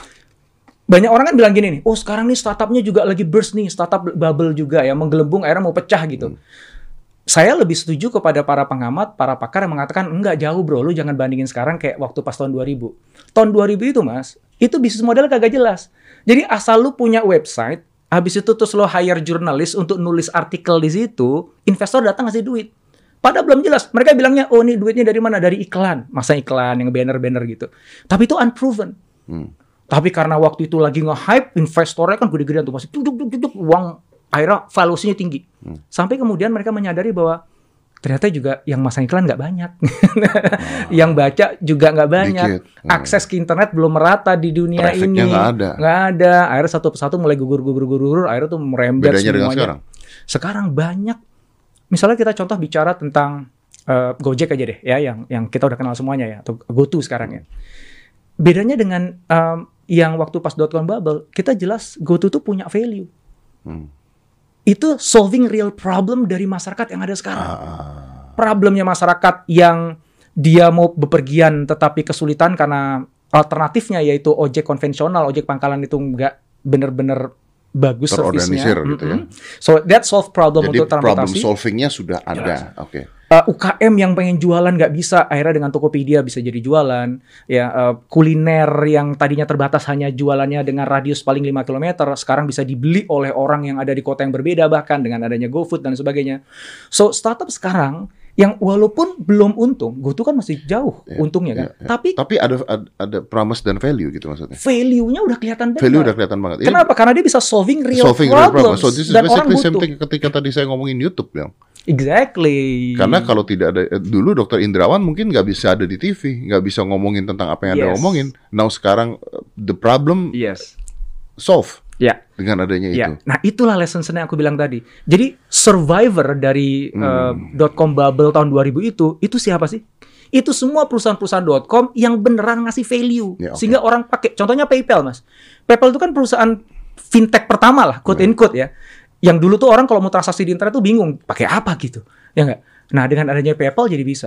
Banyak orang kan bilang gini nih, oh sekarang nih startupnya juga lagi burst nih, startup bubble juga ya, menggelembung akhirnya mau pecah gitu. Hmm. Saya lebih setuju kepada para pengamat, para pakar yang mengatakan, enggak jauh bro, lu jangan bandingin sekarang kayak waktu pas tahun dua ribu. Tahun dua ribu itu mas, itu bisnis model kagak jelas. Jadi asal lu punya website, habis itu terus lo hire jurnalis untuk nulis artikel di situ, investor datang ngasih duit. Padahal belum jelas. Mereka bilangnya, oh ini duitnya dari mana? Dari iklan. Masa iklan, yang banner-banner gitu. Tapi itu unproven. Hmm. Tapi karena waktu itu lagi nge-hype, investornya kan gede-gedean tuh. Pasti duduk-duduk, uang akhirnya valuasinya tinggi. Hmm. Sampai kemudian mereka menyadari bahwa ternyata juga yang masang iklan nggak banyak. Yang baca juga nggak banyak. Dikit. Hmm. Akses ke internet belum merata di dunia Trafficnya ini. nggak ada. Nggak ada. Akhirnya satu persatu mulai gugur-gugur-gugur. Akhirnya tuh merembet Bedanya dengan semuanya. sekarang? Sekarang banyak. Misalnya kita contoh bicara tentang uh, Gojek aja deh, ya, yang yang kita udah kenal semuanya ya, atau GoTo sekarang ya. Bedanya dengan um, yang waktu pas dot-com bubble, kita jelas GoTo tuh punya value. Hmm. Itu solving real problem dari masyarakat yang ada sekarang. Ah. Problemnya masyarakat yang dia mau bepergian tetapi kesulitan karena alternatifnya yaitu ojek konvensional, ojek pangkalan itu nggak benar-benar bagus servisnya. Terorganisir gitu ya. Mm-mm. So that solve problem Jadi untuk problem transportasi. solvingnya sudah ada. Oke. Uh, U K M yang pengen jualan nggak bisa, akhirnya dengan Tokopedia bisa jadi jualan. Ya, uh, kuliner yang tadinya terbatas hanya jualannya dengan radius paling lima kilometer, sekarang bisa dibeli oleh orang yang ada di kota yang berbeda bahkan dengan adanya GoFood dan sebagainya. So startup sekarang yang walaupun belum untung, GoTo kan masih jauh Ya, untungnya kan, ya, ya. tapi Tapi ada, ada ada promise dan value gitu maksudnya. value-nya udah kelihatan banget. Value udah kelihatan banget. Ini Kenapa? Karena dia bisa solving real solving real problem. problems So this is dan orang basically same butuh. thing ketika tadi saya ngomongin YouTube bilang. Exactly. Karena kalau tidak ada eh, dulu Dokter Indrawan mungkin nggak bisa ada di T V, nggak bisa ngomongin tentang apa yang Yes. Anda ngomongin. Now sekarang eh, the problem yes, solve ya. dengan adanya Ya, itu. nah itulah lesson yang aku bilang tadi. Jadi survivor dari Hmm. uh, dot-com bubble tahun dua ribu itu, itu siapa sih? Itu semua perusahaan-perusahaan .com yang beneran ngasih value. Ya, oke. Sehingga orang pakai. Contohnya PayPal, Mas. PayPal itu kan perusahaan fintech pertama lah, quote in quote ya. Yang dulu tuh orang kalau mau transaksi di internet tuh bingung, pakai apa gitu. Ya enggak? Nah, dengan adanya PayPal jadi bisa.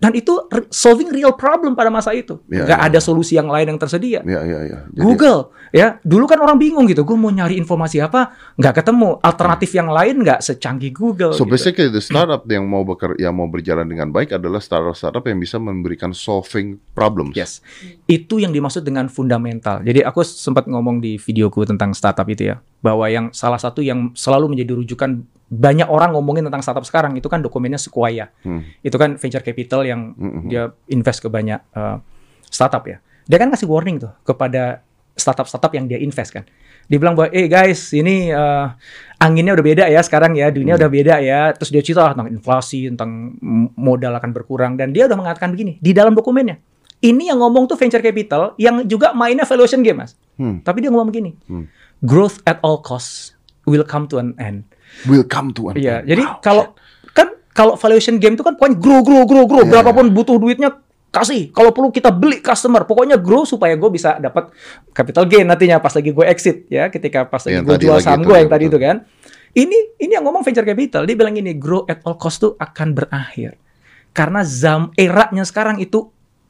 Dan itu re- solving real problem pada masa itu. Ya, Nggak ya. ada solusi yang lain yang tersedia. Ya, ya, ya. Jadi, Google, ya dulu kan orang bingung gitu, gue mau nyari informasi apa, nggak ketemu. Alternatif yang lain nggak secanggih Google. So gitu. basically the startup yang mau beker, yang mau berjalan dengan baik adalah startup-startup yang bisa memberikan solving problems. Yes, itu yang dimaksud dengan fundamental. Jadi aku sempat ngomong di videoku tentang startup itu ya, bahwa yang salah satu yang selalu menjadi rujukan banyak orang ngomongin tentang startup sekarang itu kan dokumennya Sequoia. Hmm. Itu kan venture capital yang Mm-mm. dia invest ke banyak uh, startup ya. Dia kan kasih warning tuh kepada startup-startup yang dia invest kan. Dia bilang bahwa, eh guys, ini uh, anginnya udah beda ya sekarang ya, dunia Hmm. udah beda ya. Terus dia cerita tentang inflasi, tentang modal akan berkurang. Dan dia udah mengatakan begini, di dalam dokumennya. Ini yang ngomong tuh venture capital yang juga mainnya valuation game, Mas. Hmm. Tapi dia ngomong begini, Hmm. growth at all costs will come to an end. Will come to an Iya, end. jadi Wow, kalau kan kalau valuation game itu kan pokoknya grow grow grow grow, Iya, berapapun butuh duitnya kasih. Kalau perlu kita beli customer, pokoknya grow supaya gue bisa dapat capital gain nantinya pas lagi gue exit ya, ketika pas lagi Yang gue tadi jual lagi saham itu, gue ya, yang tadi betul. itu kan. Ini ini yang ngomong venture capital, dia bilang gini, grow at all cost tuh akan berakhir. Karena zam eranya sekarang itu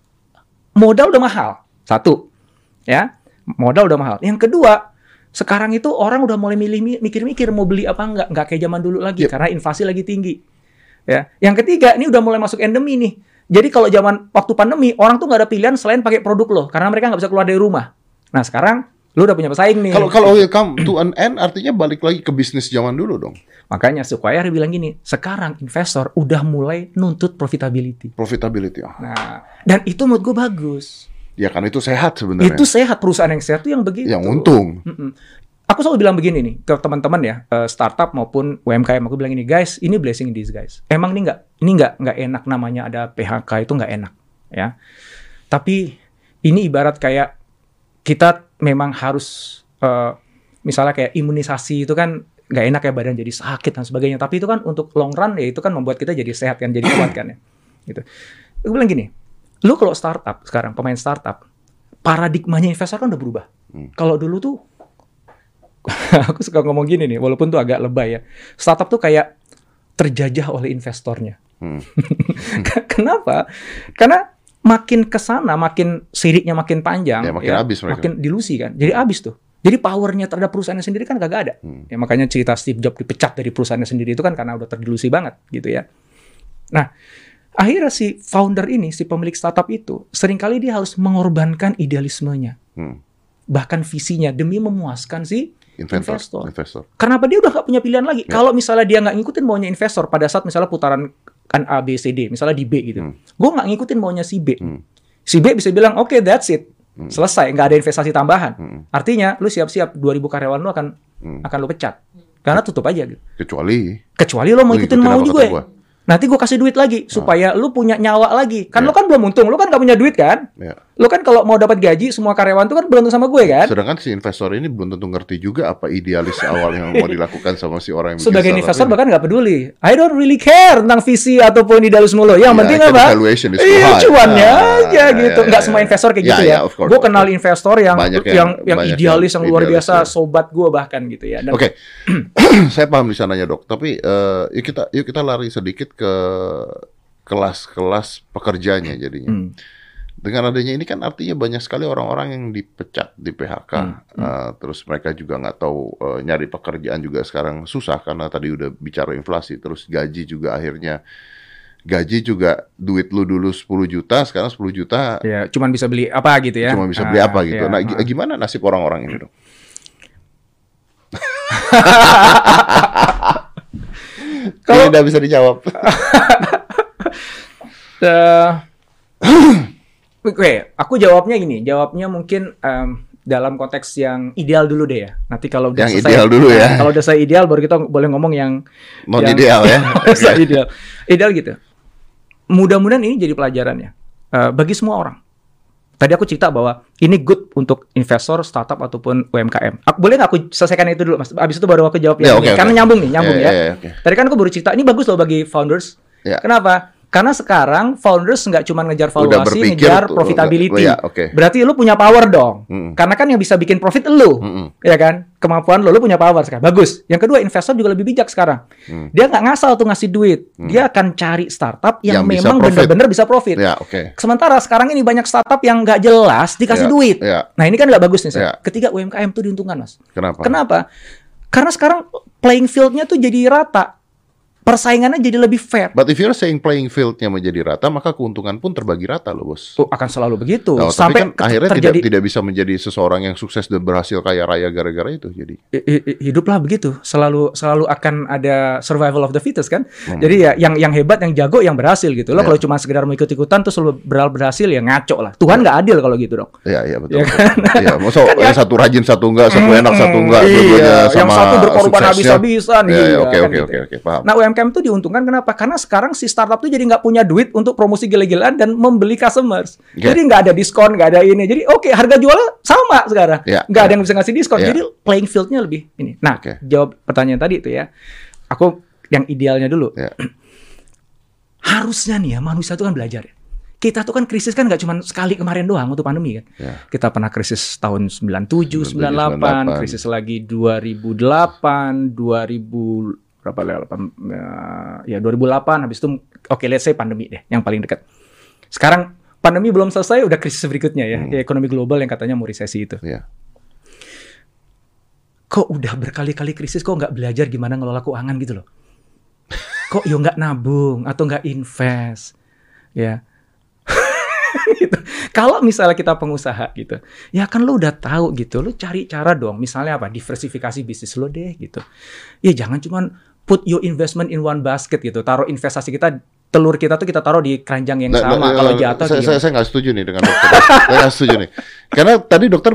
modal udah mahal. Satu. Ya, modal udah mahal. Yang kedua, sekarang itu orang udah mulai milih mikir-mikir mau beli apa enggak, enggak kayak zaman dulu lagi Yep. karena inflasi lagi tinggi. Ya. Yang ketiga, ini udah mulai masuk endemi nih. Jadi kalau zaman waktu pandemi, orang tuh nggak ada pilihan selain pakai produk lo karena mereka nggak bisa keluar dari rumah. Nah, sekarang lu udah punya pesaing nih. Kalau kalau will come to an end artinya balik lagi ke bisnis zaman dulu dong. Makanya Sequoia bilang gini, sekarang investor udah mulai nuntut profitability. Profitability. Oh. Nah, dan itu menurut gue bagus. Ya kan itu sehat sebenarnya. Itu sehat, perusahaan yang sehat tuh yang begitu. Yang untung. Mm-mm. Aku selalu bilang begini nih ke teman-teman ya, eh, startup maupun U M K M, aku bilang ini, guys, ini blessing in disguise. Emang ini nggak, ini nggak nggak enak namanya ada P H K, itu nggak enak ya. Tapi ini ibarat kayak kita memang harus eh, misalnya kayak imunisasi itu kan nggak enak ya, badan jadi sakit dan sebagainya. Tapi itu kan untuk long run ya itu kan membuat kita jadi sehat kan, jadi kuat kan ya. Gitu. Aku bilang gini, lu kalau startup sekarang pemain startup, paradigmanya investor kan udah berubah. Hmm. Kalau dulu tuh aku suka ngomong gini nih, walaupun tuh agak lebay ya. Startup tuh kayak terjajah oleh investornya. Hmm. Kenapa? Karena makin kesana, makin siriknya makin panjang, Ya, makin habis mereka. makin dilusi kan. Jadi habis tuh. Jadi powernya terhadap perusahaannya sendiri kan kagak ada. Hmm. Ya makanya cerita Steve Jobs dipecat dari perusahaannya sendiri itu kan karena udah terdilusi banget gitu ya. Nah, akhirnya si founder ini, si pemilik startup itu, seringkali dia harus mengorbankan idealismenya, Hmm. bahkan visinya demi memuaskan si Inventor, investor. investor. Kenapa dia udah gak punya pilihan lagi? Ya. Kalau misalnya dia nggak ngikutin maunya investor pada saat misalnya putaran kan A, B, C, D, misalnya di B gitu, Hmm. gue nggak ngikutin maunya si B. Hmm. Si B bisa bilang, oke, that's it, Hmm. selesai, nggak ada investasi tambahan. Hmm. Artinya, lu siap-siap dua ribu karyawan lu akan Hmm. akan lu pecat, karena tutup aja gitu. Kecuali Kecuali lo mau Lu ikutin ikutin mau apa gue. kata gua. Nanti gue kasih duit lagi supaya lu punya nyawa lagi. Kan Ya. lu kan belum untung, lu kan gak punya duit kan? ya. Lu kan kalau mau dapat gaji semua karyawan tuh kan beruntung sama gue kan? Sedangkan si investor ini belum tentu ngerti juga apa idealis awal yang mau dilakukan sama si orang yang bikin Sebagai startup investor ini. bahkan nggak peduli. I don't really care tentang visi ataupun idealisme lo. Yang Ya, penting itu apa? valuation is too Iya, high. cuannya Ah, aja ya, gitu. ya, Nggak ya. semua investor kayak Ya, gitu ya, ya. of course, Gue of kenal course. investor yang Banyak yang yang- yang, banyak idealis, yang yang luar idealis, biasa, ya. sobat gue bahkan gitu ya. Dan Oke, saya paham di sananya dok. Tapi eh, yuk kita yuk kita lari sedikit ke kelas-kelas pekerjanya jadinya. Hmm. Dengan adanya ini kan artinya banyak sekali orang-orang yang dipecat di P H K. Hmm, Eh, terus mereka juga nggak tahu eh, nyari pekerjaan juga sekarang susah karena tadi udah bicara inflasi. Terus gaji juga akhirnya gaji juga duit lu dulu sepuluh juta, sekarang sepuluh juta ya, cuman bisa beli apa gitu ya? cuma bisa beli Ah, apa gitu. iya, Nah, ah. gi- gimana nasib orang-orang ini dok? Kalau- Ini udah bisa dijawab. Eh, Oke, aku jawabnya gini. Jawabnya mungkin em, dalam konteks yang ideal dulu deh ya. Nanti kalau udah Yang selesai, ideal dulu ya. Nah, kalau udah saya ideal, baru kita boleh ngomong yang Non yang- ideal ya. Saya ideal, ideal gitu. Mudah-mudahan ini jadi pelajaran ya eh, bagi semua orang. Tadi aku cerita bahwa ini good untuk investor, startup ataupun U M K M. Aku boleh nggak aku selesaikan itu dulu, Mas? Abis itu baru aku jawab Ya, yang oke, ini. Karena oke. nyambung nih, nyambung Ya, ya. ya, ya, oke. Tadi kan aku baru cerita, ini bagus loh bagi founders. Ya. Kenapa? Karena sekarang founders nggak cuma ngejar Udah valuasi, berpikir ngejar tuh, profitability. oh, ya, oke. Berarti lu punya power dong. Mm-mm. Karena kan yang bisa bikin profit lu, Mm-mm. ya kan? Kemampuan lu, lu punya power sekarang. Bagus. Yang kedua, investor juga lebih bijak sekarang. Mm. Dia nggak ngasal tuh ngasih duit. Mm. Dia akan cari startup yang, Yang bisa memang profit. benar-benar bisa profit. Ya, oke. Sementara sekarang ini banyak startup yang nggak jelas dikasih Ya, duit. ya. Nah ini kan nggak bagus nih, Seth. Ya. Ketika U M K M tuh diuntungkan, Mas. Kenapa? Kenapa? Karena sekarang playing field-nya tuh jadi rata. Persaingannya jadi lebih fair. But if you're saying playing field-nya menjadi rata, maka keuntungan pun terbagi rata loh, Bos. Oh, akan selalu begitu. Nah, Sampai tapi kan akhirnya terjadi tidak tidak bisa menjadi seseorang yang sukses dan berhasil kaya raya gara-gara itu. Jadi I- i- hiduplah begitu, selalu selalu akan ada survival of the fittest kan. Hmm. Jadi ya yang yang hebat, yang jago, yang berhasil gitu. Lo Ya. kalau cuma sekedar mau ikut-ikutan terus lo ber- berhasil ya ngaco lah. Tuhan nggak adil kalau gitu dong. Iya, iya betul. Ya betul. kan? Iya, masa yang satu rajin satu enggak, satu enak satu enggak, iya, dua-duanya sama yang satu berkorban suksesnya. habis-habisan. Iya, iya, iya, oke, kan oke, gitu. oke, oke, paham. Nah U M K M itu diuntungkan kenapa? Karena sekarang si startup tuh jadi nggak punya duit untuk promosi gila-gilaan dan membeli customers. Oke. Jadi nggak ada diskon, nggak ada ini. Jadi oke harga jualnya sama sekarang. Ya, Nggak ya. ada yang bisa ngasih diskon. Ya. Jadi playing field-nya lebih ini. Nah Oke. jawab pertanyaan tadi itu ya. Aku yang idealnya dulu. Ya. Harusnya nih ya manusia itu kan belajar ya. Kita tuh kan krisis kan nggak cuma sekali kemarin doang untuk pandemi kan. Ya. Kita pernah krisis tahun sembilan tujuh, sembilan sembilan delapan, delapan. krisis lagi dua ribu delapan, dua ribu berapa delapan ya dua ribu delapan, habis itu oke let's say pandemi deh yang paling dekat. Sekarang pandemi belum selesai udah krisis berikutnya ya, Hmm. ya ekonomi global yang katanya mau resesi itu. Iya. Kok udah berkali-kali krisis kok nggak belajar gimana ngelola keuangan gitu loh. Kok yo nggak nabung atau nggak invest ya. Gitu. Kalau misalnya kita pengusaha gitu, ya kan lo udah tahu gitu, lo cari cara dong, misalnya apa, diversifikasi bisnis lo deh gitu. Ya jangan cuman put your investment in one basket gitu, taruh investasi kita, telur kita tuh kita taruh di keranjang yang Nah, sama, nah, kalau nah, jatuh saya, gimana? saya, saya nggak setuju nih dengan dokter. Saya nggak setuju nih. Karena tadi dokter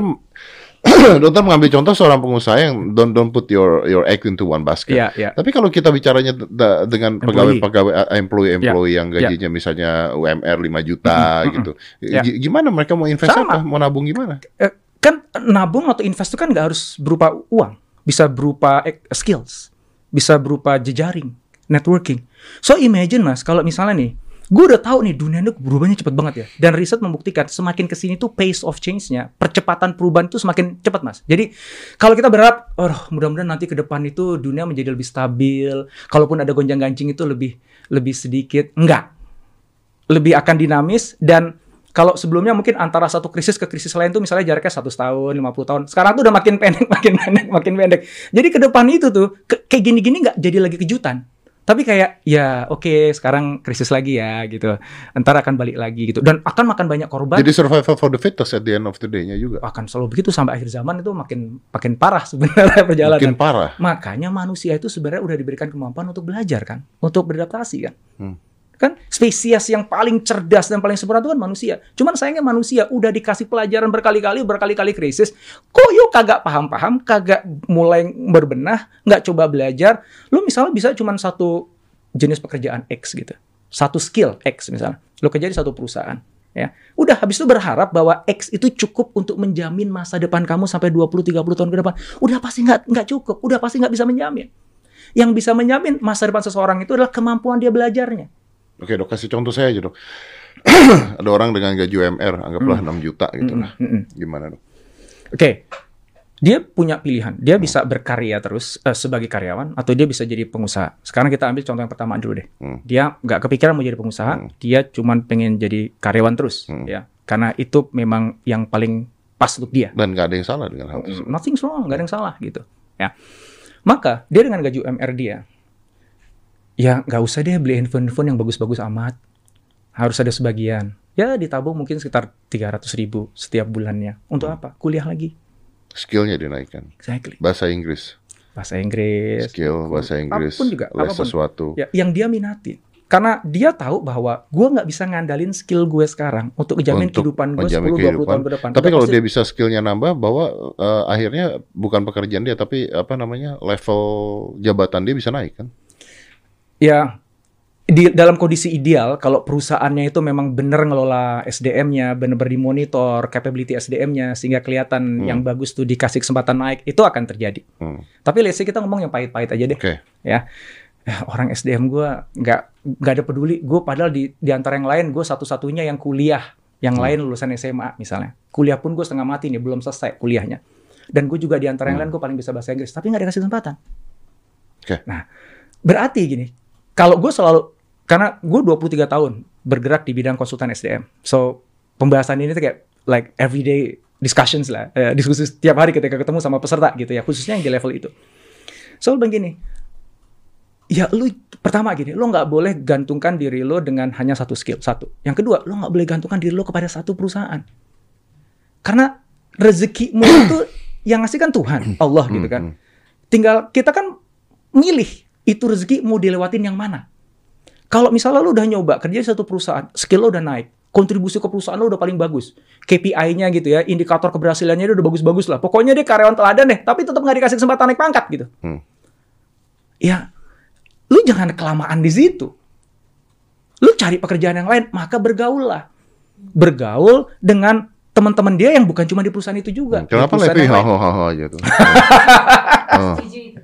dokter mengambil contoh seorang pengusaha yang don't don't put your your egg into one basket. Iya, iya. Tapi kalau kita bicaranya da- dengan Employee. pegawai-pegawai employee-employee Ya, yang gajinya misalnya U M R lima juta gitu. Ya. G- Gimana mereka mau invest Sama. apa? Mau nabung gimana? Eh, kan nabung atau invest itu kan nggak harus berupa uang, bisa berupa eh, skills, bisa berupa jejaring, networking. So imagine mas, kalau misalnya nih, gue udah tahu nih dunia ini berubahnya cepet banget ya, dan riset membuktikan semakin kesini tuh pace of change-nya, percepatan perubahan itu semakin cepat mas. Jadi kalau kita berharap, oh mudah-mudahan nanti ke depan itu dunia menjadi lebih stabil, kalaupun ada gonjang-ganjing itu lebih lebih sedikit, enggak, lebih akan dinamis. Dan kalau sebelumnya mungkin antara satu krisis ke krisis lain tuh misalnya jaraknya satu tahun, lima puluh tahun. Sekarang tuh udah makin pendek, makin pendek, makin pendek. Jadi ke depan itu tuh, ke- kayak gini-gini nggak jadi lagi kejutan. Tapi kayak, ya oke sekarang krisis lagi ya gitu. Ntar akan balik lagi gitu. Dan akan makan banyak korban. Jadi survival for the fittest at the end of the day-nya juga. Akan selalu begitu sampai akhir zaman itu makin makin parah sebenarnya perjalanan. Makin parah. Makanya manusia itu sebenarnya udah diberikan kemampuan untuk belajar kan, untuk beradaptasi kan. Hmm. Kan spesies yang paling cerdas dan paling sempurna itu kan manusia. Cuman sayangnya manusia udah dikasih pelajaran berkali-kali, berkali-kali krisis, kok yuk kagak paham-paham, kagak mulai berbenah, nggak coba belajar. Lu misalnya bisa cuman satu jenis pekerjaan X gitu, satu skill X misalnya, lu kerja di satu perusahaan. Ya, udah habis itu berharap bahwa X itu cukup untuk menjamin masa depan kamu sampai dua puluh sampai tiga puluh tahun ke depan. Udah pasti nggak nggak cukup, udah pasti nggak bisa menjamin. Yang bisa menjamin masa depan seseorang itu adalah kemampuan dia belajarnya. Oke dok, kasih contoh saya aja dok. Ada orang dengan gaji U M R, anggaplah enam juta gitu lah. Mm, mm, mm. Gimana dok? Oke, dia punya pilihan. Dia bisa berkarya terus eh, sebagai karyawan, atau dia bisa jadi pengusaha. Sekarang kita ambil contoh yang pertama dulu deh. Hmm. Dia nggak kepikiran mau jadi pengusaha, Hmm. dia cuman pengen jadi karyawan terus, Hmm. ya. Karena itu memang yang paling pas untuk dia. Dan nggak ada yang salah dengan hal tersebut. Nothing wrong, nggak ada yang salah gitu. Ya, maka dia dengan gaji U M R dia, ya nggak usah deh beli handphone-handphone yang bagus-bagus amat. Harus ada sebagian. Ya ditabung mungkin sekitar tiga ratus ribu setiap bulannya. Untuk apa? Kuliah lagi. Skillnya dinaikkan. Exactly. Bahasa Inggris, Bahasa Inggris. skill bahasa Inggris, Apapun juga, les apapun. sesuatu. Ya, yang dia minati. Karena dia tahu bahwa gue nggak bisa ngandalin skill gue sekarang untuk ngejamin Untuk kehidupan gue menjamin sepuluh dua puluh kehidupan. tahun ke depan. Tapi Udah kalau pasti- dia bisa skillnya nambah, bahwa eh, akhirnya bukan pekerjaan dia, tapi apa namanya level jabatan dia bisa naik kan? ya di dalam kondisi ideal, kalau perusahaannya itu memang benar ngelola S D M-nya, benar-benar dimonitor capability S D M-nya sehingga kelihatan Hmm. yang bagus tuh dikasih kesempatan naik, itu akan terjadi. Hmm. Tapi let's say kita ngomong yang pahit-pahit aja deh. Oke. Ya, ya, orang S D M gue nggak nggak ada peduli. Gue padahal di di antara yang lain gue satu-satunya yang kuliah, yang hmm. lain lulusan S M A misalnya. Kuliah pun gue setengah mati nih, belum selesai kuliahnya. Dan gue juga di antara yang lain gue paling bisa bahasa Inggris, tapi nggak dikasih kesempatan. Okay. Nah, berarti gini, kalau gue selalu, karena gue dua puluh tiga tahun bergerak di bidang konsultan S D M, so pembahasan ini tuh kayak like everyday discussions lah, eh, diskusi setiap hari ketika ketemu sama peserta gitu ya, khususnya yang di level itu. So begini, ya lu pertama gini, lu nggak boleh gantungkan diri lu dengan hanya satu skill, satu. Yang kedua, lu nggak boleh gantungkan diri lu kepada satu perusahaan, karena rezekimu itu yang ngasih kan Tuhan, Allah gitu kan. Tinggal kita kan milih itu rezeki mau dilewatin yang mana. Kalau misalnya lu udah nyoba kerja di satu perusahaan, skill lu udah naik, kontribusi ke perusahaan lu udah paling bagus, K P I-nya gitu ya, indikator keberhasilannya dia udah bagus-bagus lah. Pokoknya dia karyawan teladan deh, tapi tetap nggak dikasih kesempatan naik pangkat gitu. Hmm. Ya, lu jangan kelamaan di situ. Lu cari pekerjaan yang lain, maka bergaul lah. Bergaul dengan teman-teman dia yang bukan cuma di perusahaan itu juga. Hmm, kenapa lebih hahaha aja tuh? Oh.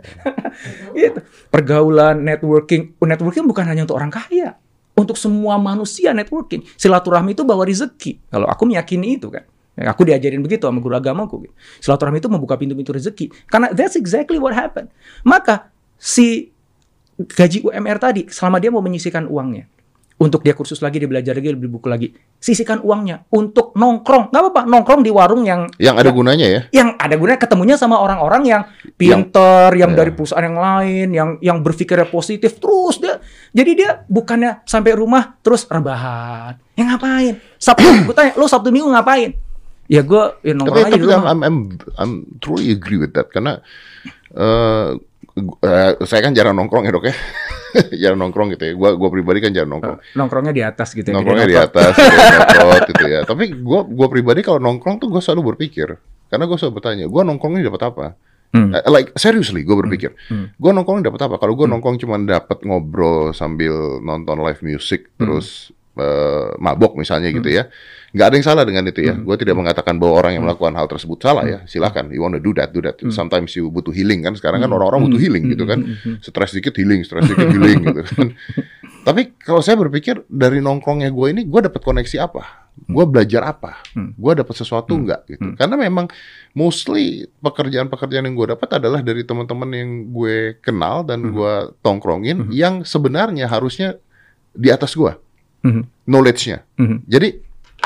Gitu. Pergaulan, networking. Networking bukan hanya untuk orang kaya. Untuk semua manusia networking. Silaturahmi itu bawa rezeki. Kalau aku meyakini itu kan. Aku diajarin begitu sama guru agamaku. Silaturahmi itu membuka pintu-pintu rezeki. Karena that's exactly what happened. Maka si gaji U M R tadi, selama dia mau menyisihkan uangnya, untuk dia kursus lagi, dia belajar lagi, dia beli buku lagi, sisihkan uangnya untuk nongkrong. Nggak apa-apa, nongkrong di warung yang... Yang ada yang, gunanya ya? Yang ada gunanya, ketemunya sama orang-orang yang pinter, yang, yang ya. dari perusahaan yang lain, yang yang berpikirnya positif. Terus dia, jadi dia bukannya sampai rumah, terus rebahan. Ya ngapain? Sabtu, gue tanya, lo Sabtu Minggu ngapain? Ya gue ya nongkrong tapi, aja tapi di rumah. I'm, I'm, I'm truly agree with that. Karena uh, uh, saya kan jarang nongkrong ya dok ya. Jarang nongkrong gitu ya. Gua gua pribadi kan jarang nongkrong. Nongkrongnya di atas gitu ya. Nongkrongnya di atas, ngotot gitu ya. Tapi gua gua pribadi kalau nongkrong tuh gua selalu berpikir, karena gua selalu bertanya, gua nongkrongnya dapat apa? Hmm. Uh, like seriously gua berpikir. Hmm. Gua nongkrongnya dapat apa? Kalau gua hmm. nongkrong cuma dapat ngobrol sambil nonton live music hmm. terus uh, mabok misalnya gitu ya. Nggak ada yang salah dengan itu ya. Hmm. Gue tidak mengatakan bahwa orang yang melakukan hal tersebut salah ya. Silakan. You wanna do that, do that. Hmm. Sometimes you butuh healing kan. Sekarang kan orang-orang butuh healing gitu kan. Stres dikit healing, stres dikit healing gitu kan. Tapi kalau saya berpikir dari nongkrongnya gue ini, gue dapat koneksi apa? Gue belajar apa? Gue dapat sesuatu nggak gitu? Karena memang mostly pekerjaan-pekerjaan yang gue dapat adalah dari teman-teman yang gue kenal dan gue tongkrongin, yang sebenarnya harusnya di atas gue, knowledge-nya. Jadi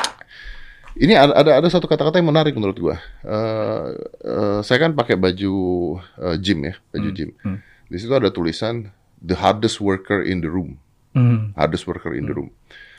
ini ada, ada ada satu kata-kata yang menarik menurut gua. Uh, uh, saya kan pakai baju uh, gym ya, baju hmm. gym. Hmm. Di situ ada tulisan the hardest worker in the room. Hmm. Hardest worker in the room.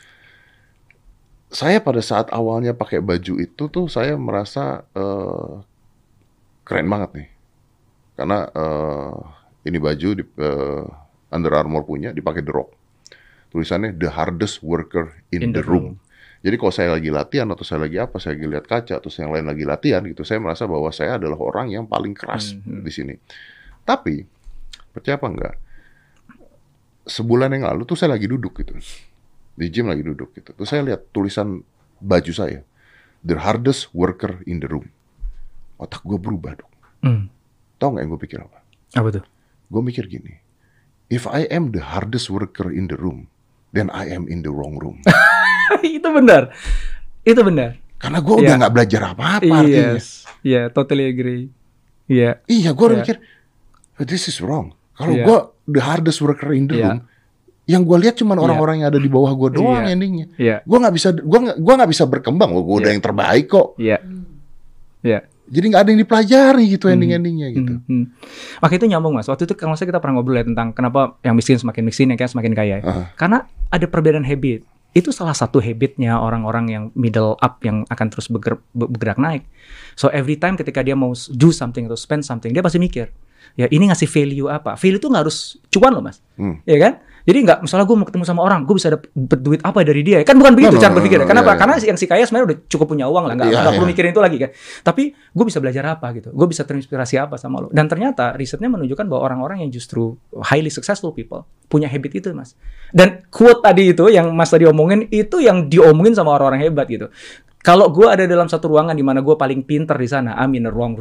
Saya pada saat awalnya pakai baju itu tuh saya merasa uh, keren banget nih. Karena uh, ini baju di, uh, Under Armour punya, dipakai The Rock. Tulisannya the hardest worker in, in the, the room. room. Jadi kalau saya lagi latihan atau saya lagi apa, saya lagi lihat kaca atau yang lain lagi latihan gitu, saya merasa bahwa saya adalah orang yang paling keras mm-hmm. di sini. Tapi percaya apa enggak? Sebulan yang lalu tuh saya lagi duduk gitu. Di gym lagi duduk gitu. Terus saya lihat tulisan baju saya, the hardest worker in the room. Otak gue berubah dong. Mm. Tahu nggak yang gue pikir apa? Apa tuh? Gue mikir gini, if I am the hardest worker in the room, then I am in the wrong room. Itu benar, itu benar. Karena gue udah nggak yeah. belajar apa-apa yes. artinya. Iya, yeah, totally agree. Iya. Yeah. Iya, gue udah yeah. mikir, this is wrong. Kalau yeah. gue the hardest worker in the yeah. room, yang gue lihat cuma orang-orang yeah. yang ada di bawah gue doang yeah. endingnya. Yeah. Gue nggak bisa, gue nggak, gue nggak bisa berkembang. Gue yeah. udah yang terbaik kok. Iya. Yeah. Iya. Yeah. Jadi nggak ada yang dipelajari gitu hmm. ending-endingnya gitu. Hmm. Hmm. Maka itu nyambung mas. Waktu itu kalau saya kita pernah ngobrol ya tentang kenapa yang miskin semakin miskin, yang kaya semakin kaya. Uh-huh. Karena ada perbedaan habit. Itu salah satu habitnya orang-orang yang middle up yang akan terus bergerak, bergerak naik. So every time ketika dia mau do something atau spend something, dia pasti mikir, ya ini ngasih value apa? Value itu nggak harus cuan loh mas, hmm. ya kan? Jadi nggak, misalnya gue mau ketemu sama orang, gue bisa dapet duit apa dari dia? Kan bukan begitu no, cara no, berpikirnya. No, Kenapa? Yeah, Karena yeah. yang si kaya sebenarnya udah cukup punya uang lah, nggak yeah, yeah. perlu mikirin itu lagi kan. Tapi gue bisa belajar apa gitu? Gue bisa terinspirasi apa sama lo? Dan ternyata risetnya menunjukkan bahwa orang-orang yang justru highly successful people punya habit itu mas. Dan quote tadi itu yang mas tadi omongin itu yang diomongin sama orang-orang hebat gitu. Kalau gue ada dalam satu ruangan di mana gue paling pinter di sana, I'm in the wrong room.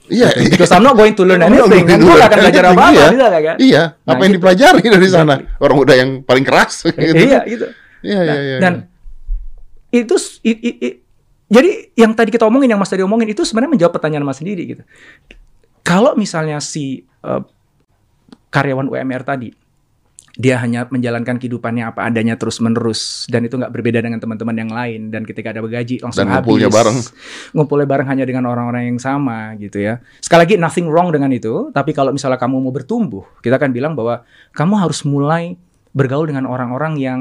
Iya, Gitu. Because I'm not going to learn I'm not anything. going to Kan gue learn gak akan belajar anything, apa-apa, iya. bisa gak kan? Iya, Nah, apa yang gitu. dipelajari dari sana? Exactly. Orang udah yang paling keras gitu. Iya gitu. Iya, iya, iya. Dan itu i, i, i, jadi yang tadi kita omongin, yang Mas tadi omongin itu sebenarnya menjawab pertanyaan Mas sendiri gitu. Kalau misalnya si uh, karyawan U M R tadi dia hanya menjalankan kehidupannya apa adanya terus-menerus dan itu nggak berbeda dengan teman-teman yang lain dan ketika ada gaji langsung Dan habis. ngumpulnya bareng. Ngumpulnya bareng hanya dengan orang-orang yang sama gitu ya. Sekali lagi nothing wrong dengan itu, tapi kalau misalnya kamu mau bertumbuh, kita akan bilang bahwa kamu harus mulai bergaul dengan orang-orang yang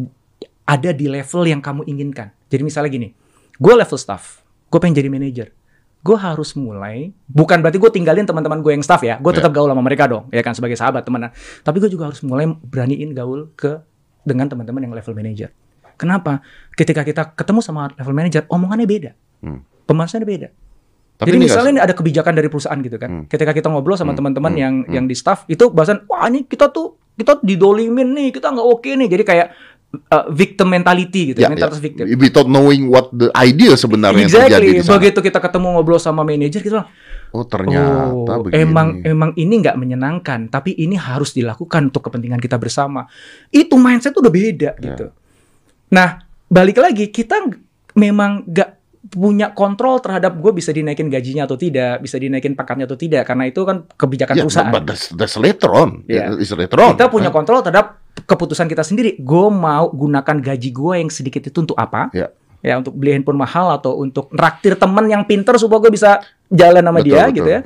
ada di level yang kamu inginkan. Jadi misalnya gini, gue level staff, gue pengen jadi manajer. Gue harus mulai, bukan berarti gue tinggalin teman-teman gue yang staff ya, gue tetap gaul sama mereka dong, ya kan sebagai sahabat temenan. Tapi gue juga harus mulai beraniin gaul ke dengan teman-teman yang level manager. Kenapa? Ketika kita ketemu sama level manager, omongannya beda, Hmm. pembahasannya beda. Tapi Jadi ini misalnya nggak- ini ada kebijakan dari perusahaan gitu kan, Hmm. ketika kita ngobrol sama Hmm. teman-teman Hmm. yang Hmm. yang di staff itu bahasan, wah ini kita tuh kita didolimin nih, kita nggak oke nih, jadi kayak uh, victim mentality gitu, Ya, mentalitas ya. victim. Without knowing what the idea sebenarnya yang terjadi Exactly. di sana. Begitu kita ketemu ngobrol sama manajer, kita bilang, Oh ternyata oh, begini. emang emang ini nggak menyenangkan, tapi ini harus dilakukan untuk kepentingan kita bersama. Itu mindset udah beda gitu. Nah, balik lagi kita ng- memang nggak punya kontrol terhadap gue bisa dinaikin gajinya atau tidak, bisa dinaikin pangkatnya atau tidak, karena itu kan kebijakan Ya, perusahaan. but that's, that's later on. Ya. It's later on. Kita punya kontrol terhadap keputusan kita sendiri. Gue mau gunakan gaji gue yang sedikit itu untuk apa? Ya. Ya, untuk beli handphone mahal atau untuk nraktir teman yang pinter supaya gue bisa jalan sama Betul, dia betul. gitu ya.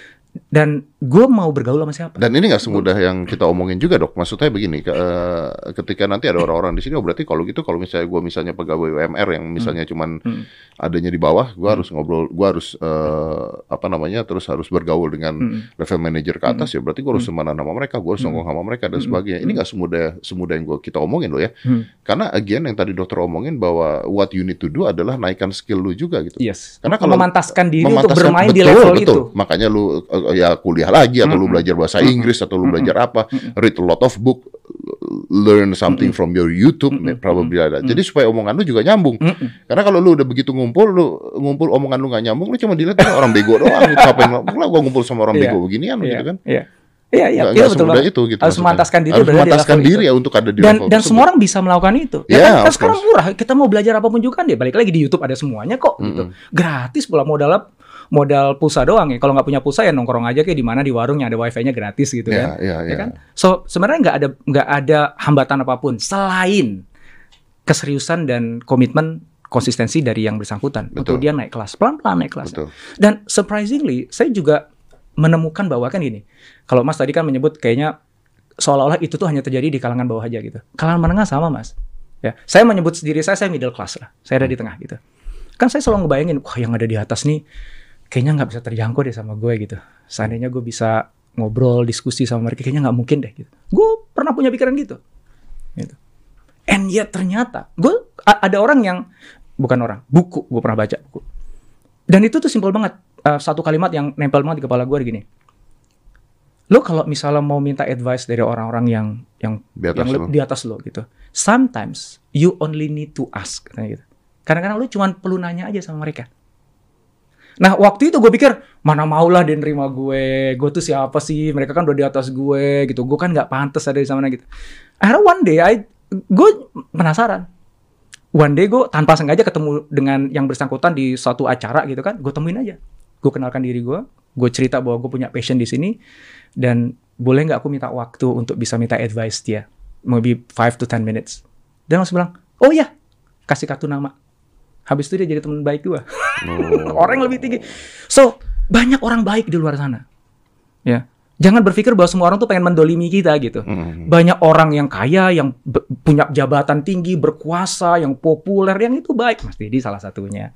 Dan gue mau bergaul sama siapa? Dan ini nggak semudah yang kita omongin juga dok. Maksudnya begini, ke- eh, ketika nanti ada orang-orang di sini, oh berarti kalau gitu, kalau misalnya gue misalnya pegawai U M R yang misalnya cuman Hmm. adanya di bawah, gue harus ngobrol, gue harus eh, apa namanya, terus harus bergaul dengan Hmm. level manager ke atas ya. Berarti gue harus semanan sama mereka, gue harus ngomong sama mereka dan sebagainya. Ini nggak semudah semudah yang gua kita omongin loh ya. Hmm. Karena again yang tadi dokter omongin bahwa what you need to do adalah naikkan skill lu juga gitu. Yes. Karena kalau memantaskan diri untuk memantaskan- bermain di betul, level betul. itu. Makanya lu uh, ya kuliah lagi atau lu Mm-mm. belajar bahasa Mm-mm. Inggris atau lu Mm-mm. belajar apa, Mm-mm. read a lot of book, learn something from your YouTube, Mm-mm. probably ada. Mm-mm. Jadi supaya omongan lu juga nyambung. Mm-mm. Karena kalau lu udah begitu ngumpul, lu ngumpul omongan lu nggak nyambung, lu cuma dilihat "Ah, orang bego doang. Gitu. Apa yang lah gua ngumpul sama orang Iya. bego beginian Iya, gitu kan? Iya. Iya, iya, Nggak- iya, nggak betul semudah banget. itu gitu. Harus maksudnya. memantaskan diri Harus berada di memantaskan level diri itu. ya untuk ada di Dan level dan tersebut. semua orang bisa melakukan itu. Ya, Ya, kan, of kan sekarang course. murah. Kita mau belajar apapun juga kan dia balik lagi di YouTube ada semuanya kok gitu. Mm-mm. Gratis pula modal modal pulsa doang ya. Kalau nggak punya pulsa ya nongkrong aja kayak di mana di warung yang ada wifi-nya gratis gitu Ya, kan. ya, Ya ya. kan? So sebenarnya nggak ada nggak ada hambatan apapun selain keseriusan dan komitmen konsistensi dari yang bersangkutan Betul. untuk dia naik kelas pelan-pelan naik kelas. Betul. Dan surprisingly saya juga menemukan bahwa kan gini. Kalau Mas tadi kan menyebut kayaknya seolah-olah itu tuh hanya terjadi di kalangan bawah aja gitu. Kalangan menengah sama Mas. Ya, saya menyebut diri saya saya middle class lah. Saya ada di tengah gitu. Kan saya selalu ngebayangin, wah yang ada di atas nih kayaknya nggak bisa terjangkau deh sama gue gitu. Seandainya gue bisa ngobrol, diskusi sama mereka, kayaknya nggak mungkin deh gitu. Gue pernah punya pikiran gitu. gitu. And yet ternyata, gue a- ada orang yang, bukan orang, buku, gue pernah baca buku. Dan itu tuh simpel banget. Uh, satu kalimat yang nempel banget di kepala gue gini. Lo kalau misalnya mau minta advice dari orang-orang yang yang Di atas yang lo. le- di atas lo gitu. Sometimes you only need to ask katanya gitu. Kadang-kadang lu cuma perlu nanya aja sama mereka. Nah, waktu itu gue pikir, mana maulah dia nerima gue. Gue tuh siapa sih? Mereka kan udah di atas gue gitu. Gue kan nggak pantas ada di sana gitu. Akhirnya one day, I, gue penasaran. One day gue tanpa sengaja ketemu dengan yang bersangkutan di suatu acara gitu kan. Gue temuin aja. Gue kenalkan diri gue. Gue cerita bahwa gue punya passion di sini. Dan boleh nggak aku minta waktu untuk bisa minta advice dia. Maybe five to ten minutes. Dan langsung bilang, oh iya, kasih kartu nama. Habis itu dia jadi teman baik gue. Oh. Orang yang lebih tinggi. So, banyak orang baik di luar sana. Ya. Jangan berpikir bahwa semua orang tuh pengen mendolimi kita gitu. Hmm. Banyak orang yang kaya, yang be- punya jabatan tinggi, berkuasa, yang populer, yang itu baik. Mas Dedi salah satunya.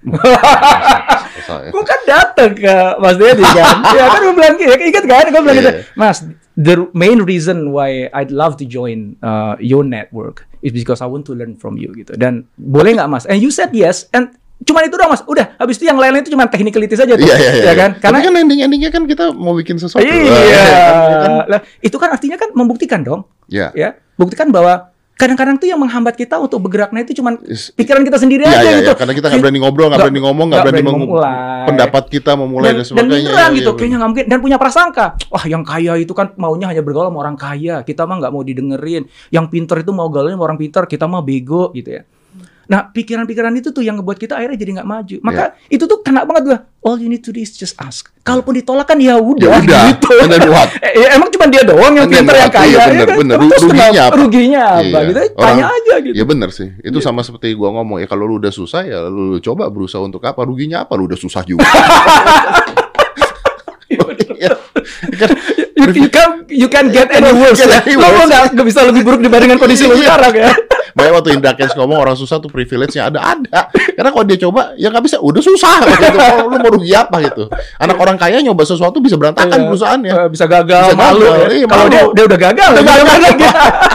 Saya. Gue kan datang ke Mas Dedi kan. Ya kan gue bilang gitu. Ingat kan? Gue bilang Iya. gitu. Mas, the main reason why I'd love to join uh, your network is because I want to learn from you gitu. Dan boleh nggak Mas? And you said yes. And cuma itu doang Mas. Udah. Habis itu yang lain-lain itu cuma technicalities aja tuh. Iya, iya, iya. Ya kan? Karena kan ending-endingnya kan kita mau bikin sesuatu. Iya. Lah, ya kan? Lah, itu kan artinya kan membuktikan dong. Ya. Ya, buktikan bahwa kadang-kadang tuh yang menghambat kita untuk bergeraknya itu cuman Is- pikiran kita sendiri Iya, aja iya, gitu. iya, karena kita nggak berani ngobrol, nggak Nggak- berani ngomong, nggak nggak berani berani mengum- memulai. pendapat kita memulai dan, dan, dan sebagainya. minderan Iya, gitu, iya, kayaknya nggak mungkin, dan punya prasangka, wah yang kaya itu kan maunya hanya bergaul sama orang kaya, kita mah nggak mau didengerin, yang pinter itu mau gaulin sama orang pinter, kita mah bego gitu ya. Nah pikiran-pikiran itu tuh yang ngebuat kita akhirnya jadi nggak maju. Maka itu tuh kena banget gua. All you need to do is just ask. Kalaupun ditolak kan ya udah, Ya udah, gitu. and then what? Eh, ya, emang cuma dia doang yang And then pinter yang what? kaya, Iya, ya bener, kan? bener. Terus Ruginya kenapa? apa? Ruginya apa? Iya. Gitu, Orang- tanya aja gitu. Ya benar sih. Itu sama seperti gua ngomong ya, kalau lu udah susah ya lu coba berusaha untuk apa? Ruginya apa? Lu udah susah juga. Ya, kan, You, you can you can get any worse. Get Ya. any Lo worse. nggak nggak bisa lebih buruk dibandingkan kondisi lo sekarang ya. Makanya waktu Indra Kents ngomong orang susah tuh privilege-nya ada-ada. Karena kalau dia coba ya nggak bisa, udah susah gitu. Kalau lu mau rugi apa gitu. Anak orang kaya nyoba sesuatu bisa berantakan Iya. perusahaannya. Eh, bisa gagal, Bisa malu. gagal, Ya. iya, Kalau malu. dia dia udah gagal, Udah udah gagal. gagal.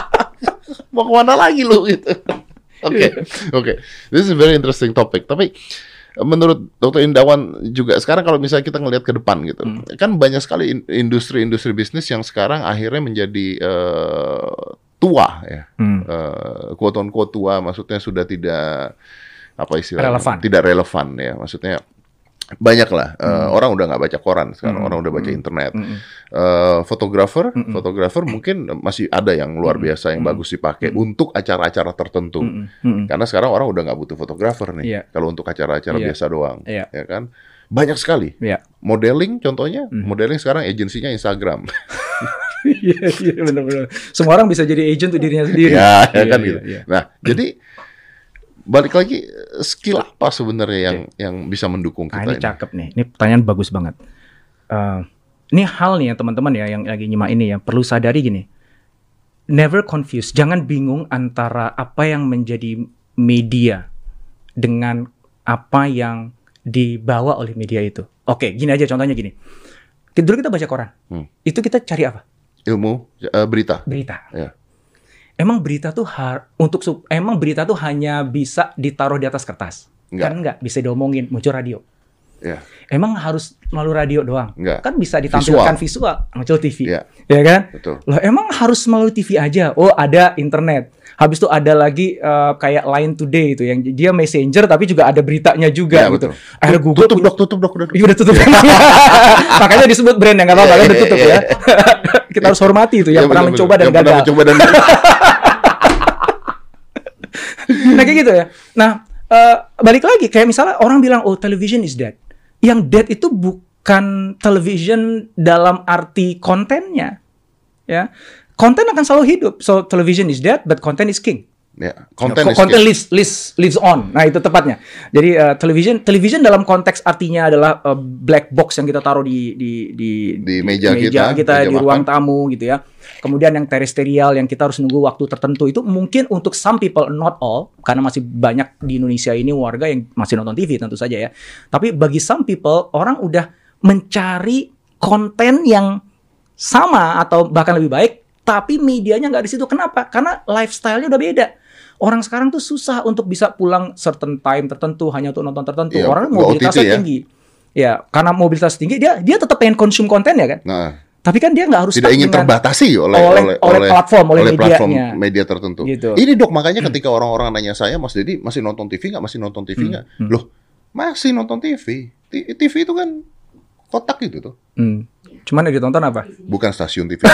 Mau kemana lagi lu gitu. Oke, oke. This is a very interesting topic. Tapi menurut dokter Indawan juga sekarang kalau misalnya kita ngelihat ke depan gitu, Hmm. kan banyak sekali in- industri-industri bisnis yang sekarang akhirnya menjadi eh, tua ya, Hmm. uh, quote on quote tua, maksudnya sudah tidak apa istilahnya, Relevan. tidak relevan ya, maksudnya banyak lah uh, Hmm. orang udah nggak baca koran sekarang, Hmm. orang udah baca Hmm. internet. Mm-mm. Uh, fotografer, Mm-mm. fotografer mungkin masih ada yang luar Mm-mm. biasa yang Mm-mm. bagus dipakai Mm-mm. untuk acara-acara tertentu. Mm-mm. Mm-mm. Karena sekarang orang udah nggak butuh fotografer nih, Iya. kalau untuk acara-acara Iya. biasa doang, Iya. ya kan? Banyak sekali. Iya. Modeling contohnya, Hmm. modeling sekarang agensinya Instagram. Iya, iya, benar-benar. Semua orang bisa jadi agent untuk dirinya sendiri. ya, ya Iya, kan iya, gitu. iya. Nah, jadi balik lagi, skill apa sebenarnya yang yang bisa mendukung Nah, kita ini ini? cakep nih. Ini pertanyaan bagus banget. Eh, ini hal nih ya teman-teman ya yang lagi nyimak ini ya, perlu sadari gini. Never confuse, jangan bingung antara apa yang menjadi media dengan apa yang dibawa oleh media itu. Oke, gini aja contohnya gini. Dulu kita baca koran. Hmm. Itu kita cari apa? Ilmu, eh, berita. Berita. Ya. Emang berita tuh har- untuk sub- emang berita tuh hanya bisa ditaruh di atas kertas. Enggak. Kan enggak bisa diomongin, muncul radio. Ya. Emang harus melalui radio doang? Enggak. Kan bisa ditampilkan visual, muncul T V. Iya. Ya kan? Betul. Loh, emang harus melalui T V aja? Oh, ada internet. Habis itu ada lagi eh, kayak Line Today itu yang dia messenger tapi juga ada beritanya juga Ya, gitu. betul. Akhirnya Google Tutup punya- dok, tutup dok, udah. Iya udah tutup. Makanya disebut brand yang nggak apa-apa kan udah tutup ya. Kita harus hormati itu yang Ya, pernah betul, mencoba betul. dan Yang pernah gagal. mencoba dan Nah kayak gitu ya. Nah eh, balik lagi kayak misalnya orang bilang oh television is dead. Yang dead itu bukan television dalam arti kontennya, ya. Konten akan selalu hidup. So television is dead, but content is king. ya, konten Ko- is content king. lives, lives, lives on. Nah itu tepatnya. Jadi uh, television, television dalam konteks artinya adalah uh, black box yang kita taruh di di di, Di meja kita, meja di ruang makan. tamu gitu ya. Kemudian yang terestrial yang kita harus nunggu waktu tertentu itu mungkin untuk some people, not all, karena masih banyak di Indonesia ini warga yang masih nonton T V tentu saja ya. Tapi bagi some people orang udah mencari konten yang sama atau bahkan lebih baik, tapi medianya nggak di situ. Kenapa? Karena lifestyle-nya udah beda. Orang sekarang tuh susah untuk bisa pulang certain time tertentu hanya untuk nonton tertentu. Iya, Orang nggak O T T mobilitasnya ya. tinggi. Ya, karena mobilitas tinggi dia dia tetap pengen konsum konten ya kan. Nah, Tapi kan dia nggak harus tidak stuck ingin dengan- terbatasi oleh oleh- oleh platform, oleh platform medianya. media tertentu. Gitu. Ini dok, makanya ketika orang-orang nanya saya, Mas Dedi masih nonton T V nggak? Masih nonton T V nggak? hmm. Loh, masih nonton T V. T- TV itu kan kotak gitu tuh, Hmm. Cuman yang ditonton apa? bukan stasiun T V.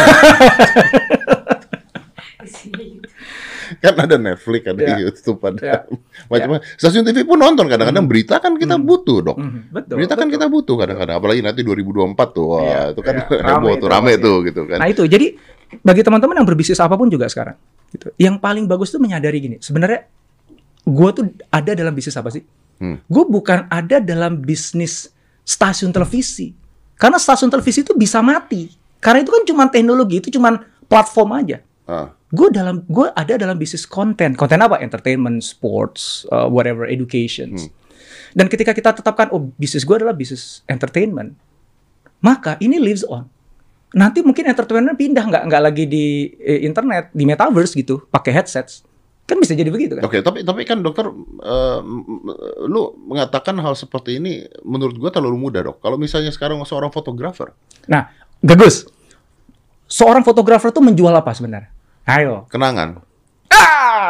Kan ada Netflix, ada Ya. YouTube, ada Ya. macam-macam. Stasiun T V pun nonton kadang-kadang, berita kan kita butuh dok. Hmm, betul. Berita kan betul. kita butuh kadang-kadang, apalagi nanti dua ribu dua puluh empat tuh, wah Iya, itu kan iya. heboh Rame tuh, tuh rame pasti. tuh gitu kan. Nah itu, jadi bagi teman-teman yang berbisnis apapun juga sekarang, gitu. Yang paling bagus tuh menyadari gini, sebenarnya gue tuh ada dalam bisnis apa sih? Hmm. Gue bukan ada dalam bisnis stasiun televisi, karena stasiun televisi itu bisa mati, karena itu kan cuma teknologi, itu cuma platform aja. Ah. Gue dalam, gue ada dalam bisnis konten, konten apa? Entertainment, sports, uh, whatever, education. Hmm. Dan ketika kita tetapkan, oh bisnis gue adalah bisnis entertainment, maka ini lives on. Nanti mungkin entertainment pindah nggak nggak lagi di eh, internet, di metaverse gitu, pakai headsets, kan bisa jadi begitu kan? Oke, tapi tapi kan dokter, eh, m- lu mengatakan hal seperti ini, menurut gua terlalu mudah dok. Kalau misalnya sekarang seorang fotografer, Nah, Gagus, seorang fotografer tuh menjual apa sebenarnya? Ayo. kenangan, Ah,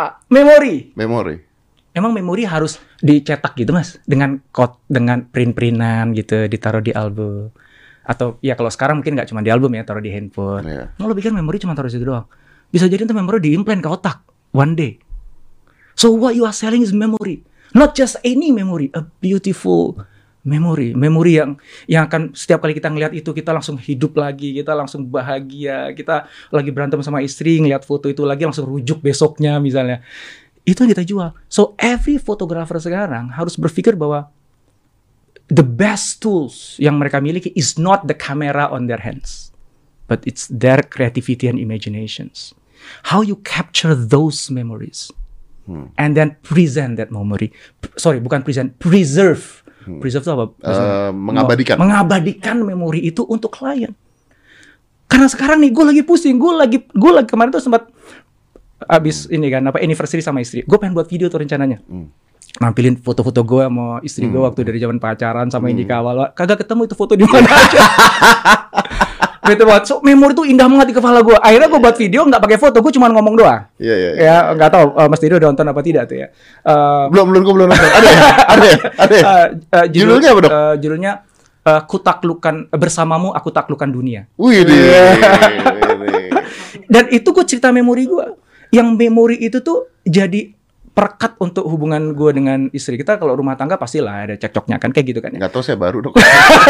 memori. Memori. Emang memori harus dicetak gitu mas, dengan code, dengan print-printan gitu, ditaruh di album. Atau ya kalau sekarang mungkin nggak cuma di album ya, taruh di handphone. Iya. Nah, lo pikir memori cuma taruh di situ doang? Bisa jadi itu memori diimplant ke otak one day. So what you are selling is memory, not just any memory, a beautiful memory, memory yang yang akan setiap kali kita ngelihat itu kita langsung hidup lagi, kita langsung bahagia, kita lagi berantem sama istri ngelihat foto itu lagi langsung rujuk besoknya misalnya. Itu yang kita jual. So every photographer sekarang harus berpikir bahwa the best tools yang mereka miliki is not the camera on their hands, but it's their creativity and imaginations. How you capture those memories hmm. and then present that memory. P- sorry, bukan present, preserve. Hmm. Preserve itu apa? Uh, mengabadikan. Mengabadikan memori itu untuk klien. Karena sekarang nih gue lagi pusing, gue lagi gue lagi kemarin tuh sempat abis hmm. ini kan apa anniversary sama istri. Gue pengen buat video tuh rencananya. Hmm. Nampilin foto-foto gue sama istri gue hmm. waktu dari zaman pacaran sama hmm. Indika awal. Kagak ketemu itu foto di mana aja. Gitu banget. So memori tuh indah banget di kepala gue. Akhirnya gue buat video nggak pakai foto, gue cuma ngomong doang. Iya iya. Ya nggak tahu uh, Mas Didi udah nonton apa tidak tuh ya. Uh, belum belum gue belum nonton. Ada ya? Ada ya? Ada ya? Uh, uh, judul, judulnya apa dong? Uh, judulnya uh, Ku Taklukkan Bersamamu Aku Taklukkan Dunia. Wih deh. Dan itu gue cerita memori gue. Yang memori itu tuh jadi perkat untuk hubungan gue dengan istri kita. Kalau rumah tangga pastilah ada cekcoknya kan kayak gitu kan ya. Nggak tahu saya baru dong.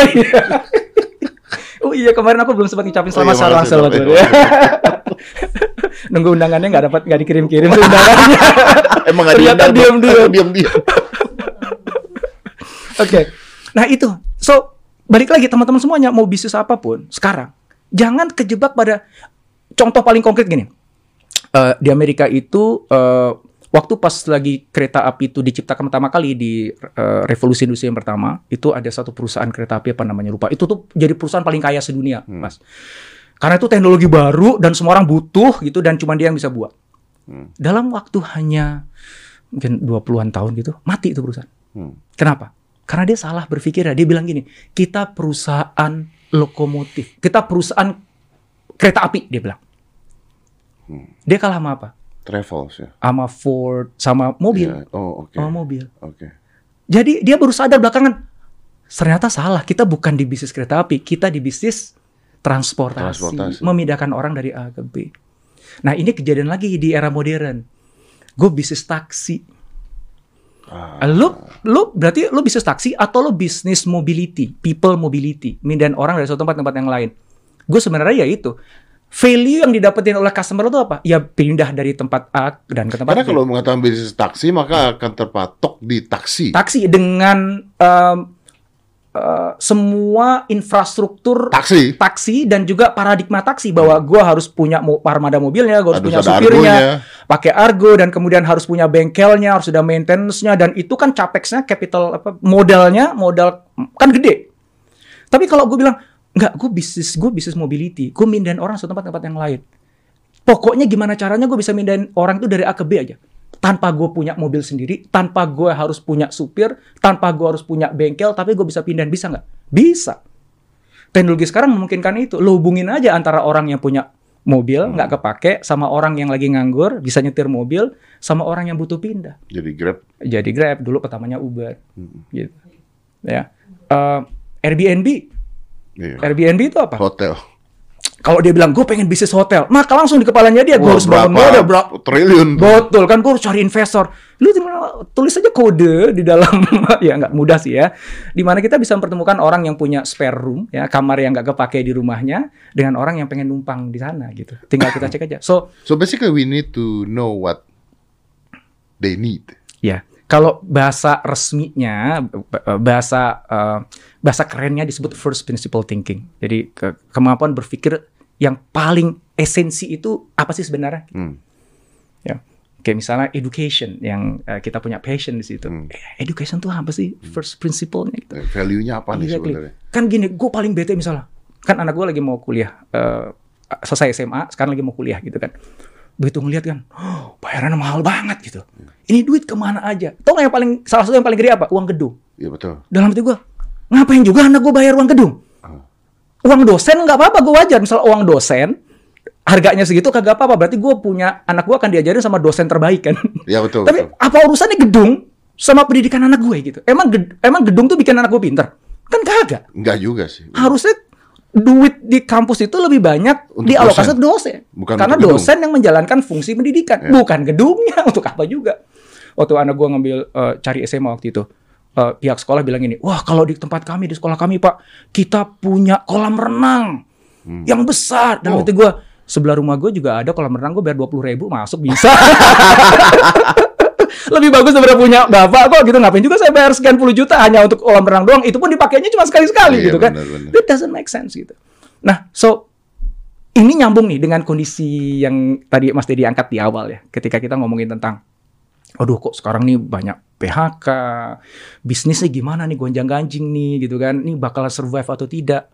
Oh iya kemarin aku belum sempat ngucapin selamat oh, iya, salam selamat ya. Nunggu undangannya nggak dapat nggak dikirim-kirim undangannya. Emang nggak diundang diam-diam diam-diam. Oke, nah itu so balik lagi teman-teman semuanya mau bisnis apapun sekarang jangan kejebak pada contoh paling konkret gini. Uh, di Amerika itu uh, waktu pas lagi kereta api itu diciptakan pertama kali di uh, revolusi industri yang pertama, itu ada satu perusahaan kereta api apa namanya lupa. Itu tuh jadi perusahaan paling kaya sedunia, hmm. Mas. Karena itu teknologi baru dan semua orang butuh gitu dan cuma dia yang bisa buat. Hmm. Dalam waktu hanya mungkin dua puluhan tahun gitu, mati itu perusahaan. Hmm. Kenapa? Karena dia salah berpikir ya. Dia bilang gini, kita perusahaan lokomotif, kita perusahaan kereta api, dia bilang. Hmm. Dia kalah sama apa? Travels ya. Sama Ford, sama mobil. Yeah. Oh, oke. Okay. Sama mobil. Oke. Okay. Jadi dia baru sadar belakangan, ternyata salah. Kita bukan di bisnis kereta api, kita di bisnis transportasi, transportasi. Memindahkan orang dari A ke B. Nah ini kejadian lagi di era modern. Gue bisnis taksi. Ah. Lu, lu berarti lu bisnis taksi atau lu bisnis mobility, people mobility, mindahin orang dari suatu tempat tempat yang lain. Gue sebenarnya ya itu. Value yang didapetin oleh customer itu apa? Ya pindah dari tempat A dan ke tempat B. Karena kalau mengatakan bisnis taksi maka akan terpatok di taksi. Taksi dengan um, uh, semua infrastruktur taksi. taksi dan juga paradigma taksi bahwa gue harus punya mo- armada mobilnya, gue harus, harus punya supirnya, pakai argo dan kemudian harus punya bengkelnya, harus ada maintenance-nya dan itu kan capexnya, capital apa modalnya, modal kan gede. Tapi kalau gue bilang enggak, gue bisnis, gue bisnis mobility. Gue mindahin orang ke tempat-tempat yang lain. Pokoknya gimana caranya gue bisa mindahin orang itu dari A ke B aja. Tanpa gue punya mobil sendiri, tanpa gue harus punya supir, tanpa gue harus punya bengkel, tapi gue bisa pindahin. Bisa nggak? Bisa. Teknologi sekarang memungkinkan itu. Lo hubungin aja antara orang yang punya mobil, nggak hmm. kepake, sama orang yang lagi nganggur, bisa nyetir mobil, sama orang yang butuh pindah. Jadi Grab? Jadi Grab. Dulu pertamanya Uber. Hmm. Gitu. Ya. Uh, Airbnb. Iya. Airbnb itu apa? Hotel. Kalau dia bilang, gue pengen bisnis hotel, maka langsung di kepalanya dia, gue harus bangun modal berapa triliun. Betul kan, gue harus cari investor. Lu tulis aja kode di dalam, ya nggak mudah sih ya. Dimana kita bisa mempertemukan orang yang punya spare room, ya kamar yang nggak kepake di rumahnya, dengan orang yang pengen numpang di sana gitu. Tinggal kita cek aja. So, so basically we need to know what they need. Ya. Kalau bahasa resminya, bahasa uh, bahasa kerennya disebut first principle thinking. Jadi ke- kemampuan berpikir yang paling esensi itu apa sih sebenarnya? Hmm. Ya, kayak misalnya education yang uh, kita punya passion di situ. Hmm. Eh, education tuh apa sih? First principle-nya gitu. Value-nya apa nih exactly. sebenarnya? Kan gini, gue paling bete misalnya. Kan anak gue lagi mau kuliah, uh, selesai S M A, sekarang lagi mau kuliah gitu kan. Begitu ngeliat kan, oh, bayarannya mahal banget gitu. Ini duit kemana aja? Tau gak yang paling, salah satu yang paling gede apa? Uang gedung. Iya betul. Dalam hati gue, ngapain juga anak gue bayar uang gedung? Uh. Uang dosen nggak apa-apa, gue wajar. Misal uang dosen, harganya segitu kagak apa-apa. Berarti gue punya anak gue akan diajarin sama dosen terbaik kan. Ya betul. Tapi betul. apa urusannya gedung sama pendidikan anak gue gitu? Emang ged- emang gedung tuh bikin anak gue pinter? Kan kagak. Enggak juga sih. Harusnya duit di kampus itu lebih banyak Untuk dialokasi dosen. ke dosen. Bukan Karena untuk gedung. dosen yang menjalankan fungsi pendidikan, Ya. bukan gedungnya. Untuk apa juga? Waktu anak gue ngambil uh, cari S M A waktu itu, uh, pihak sekolah bilang gini, wah kalau di tempat kami, di sekolah kami Pak, kita punya kolam renang Hmm. yang besar. Dan Oh. waktu gue, sebelah rumah gue juga ada kolam renang, gue bayar dua puluh ribu masuk bisa. Lebih bagus daripada punya bapak kok gitu. Ngapain juga saya bayar sekian puluh juta hanya untuk kolam renang doang. Itu pun dipakainya cuma sekali-sekali Iya, gitu kan. benar, benar. That doesn't make sense gitu. Nah, so ini nyambung nih dengan kondisi yang tadi Mas Dedi angkat di awal ya. Ketika kita ngomongin tentang, aduh kok sekarang nih banyak P H K, bisnisnya gimana nih, gonjang-ganjing nih gitu kan. Ini bakal survive atau tidak.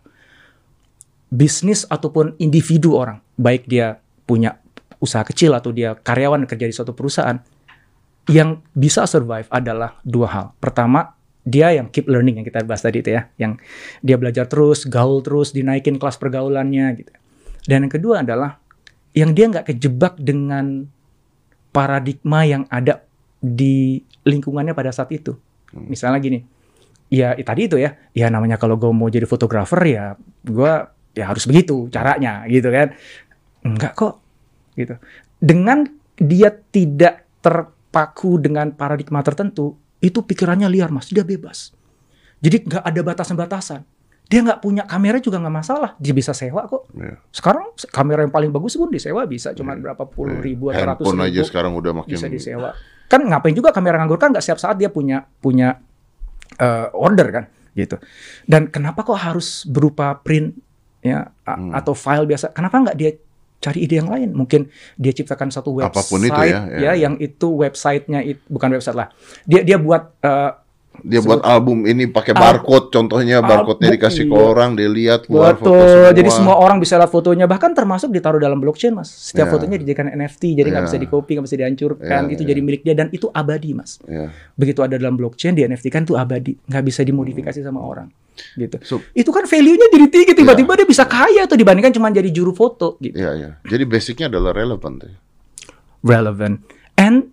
Bisnis ataupun individu orang, baik dia punya usaha kecil atau dia karyawan kerja di suatu perusahaan, yang bisa survive adalah dua hal. Pertama, dia yang keep learning yang kita bahas tadi itu ya, yang dia belajar terus, gaul terus, dinaikin kelas pergaulannya gitu. Dan yang kedua adalah yang dia nggak kejebak dengan paradigma yang ada di lingkungannya pada saat itu. Misalnya gini, ya tadi itu ya, ya namanya kalau gue mau jadi fotografer ya gue ya harus begitu caranya gitu kan. Enggak kok gitu. Dengan dia tidak terpaku dengan paradigma tertentu, itu pikirannya liar Mas, dia bebas. Jadi nggak ada batasan-batasan. Dia nggak punya kamera juga nggak masalah, dia bisa sewa kok. Ya. Sekarang kamera yang paling bagus pun disewa bisa, cuma berapa puluh ribu atau ratus Handphone ribu aja sekarang udah makin bisa disewa. Kan ngapain juga kamera nganggur, kan nggak setiap saat dia punya punya uh, order kan gitu. Dan kenapa kok harus berupa print ya a- Hmm. atau file biasa? Kenapa nggak dia cari ide yang lain? Mungkin dia ciptakan satu website Apapun itu ya, ya. yang itu websitenya it, bukan website lah. Dia dia buat uh, dia buat sebut- album ini pakai Al- barcode, contohnya barcode-nya Album, dikasih ke iya. orang, dia lihat keluar foto betul. semua. Jadi semua orang bisa lihat fotonya, bahkan termasuk ditaruh dalam blockchain Mas. Setiap Ya. fotonya dijadikan N F T, jadi nggak Ya. bisa di-copy, nggak bisa dihancurkan. Ya, Itu ya. jadi milik dia dan itu abadi Mas. Ya. Begitu ada dalam blockchain, di N F T kan itu abadi, nggak bisa dimodifikasi sama orang gitu. So, Itu kan value-nya jadi tinggi, tiba-tiba dia bisa kaya tuh dibandingkan cuma jadi juru foto gitu. ya, ya. Jadi basicnya adalah relevant. Ya. Relevant. And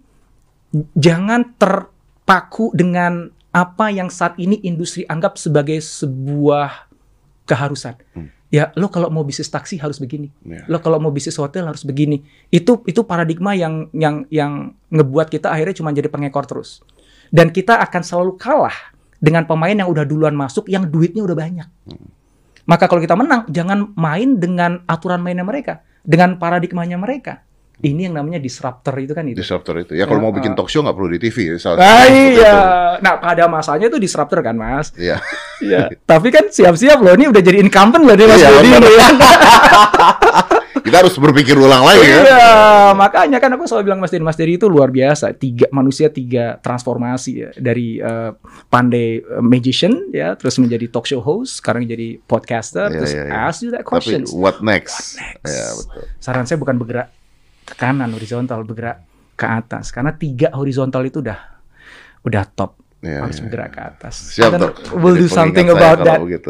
jangan terpaku dengan apa yang saat ini industri anggap sebagai sebuah keharusan. Hmm. Ya, lo kalau mau bisnis taksi harus begini. Ya. Lo kalau mau bisnis hotel harus begini. Itu itu paradigma yang yang yang ngebuat kita akhirnya cuma jadi pengekor terus. Dan kita akan selalu kalah dengan pemain yang udah duluan masuk, yang duitnya udah banyak. Hmm. Maka kalau kita menang, jangan main dengan aturan mainnya mereka, dengan paradigmanya mereka. Ini yang namanya disruptor itu kan itu. Disruptor itu. Ya kalau Ya, mau bikin uh, talk show nggak perlu di T V. Salah Ah, satu iya. itu. Nah, pada masanya itu disruptor kan, Mas. Iya. Iya. Tapi kan siap-siap loh, ini udah jadi incumbent loh dia Mas Iya, Dedi benar. ini ya. Kita harus berpikir ulang lagi ya. Iya, makanya kan aku selalu bilang Mas Dedi, Mas Dedi itu luar biasa. Tiga manusia tiga transformasi ya, dari uh, pandai uh, magician ya, terus menjadi talk show host, sekarang jadi podcaster, Iya, terus iya, iya. ask you that Tapi questions. what next? What next? Ya, betul. Saran saya bukan bergerak ke kanan horizontal, bergerak ke atas, karena tiga horizontal itu udah udah top. Iya, Harus iya, bergerak ke atas. Siap, And then Dok. we'll Jadi do something pengingat saya about kalau that. begitu.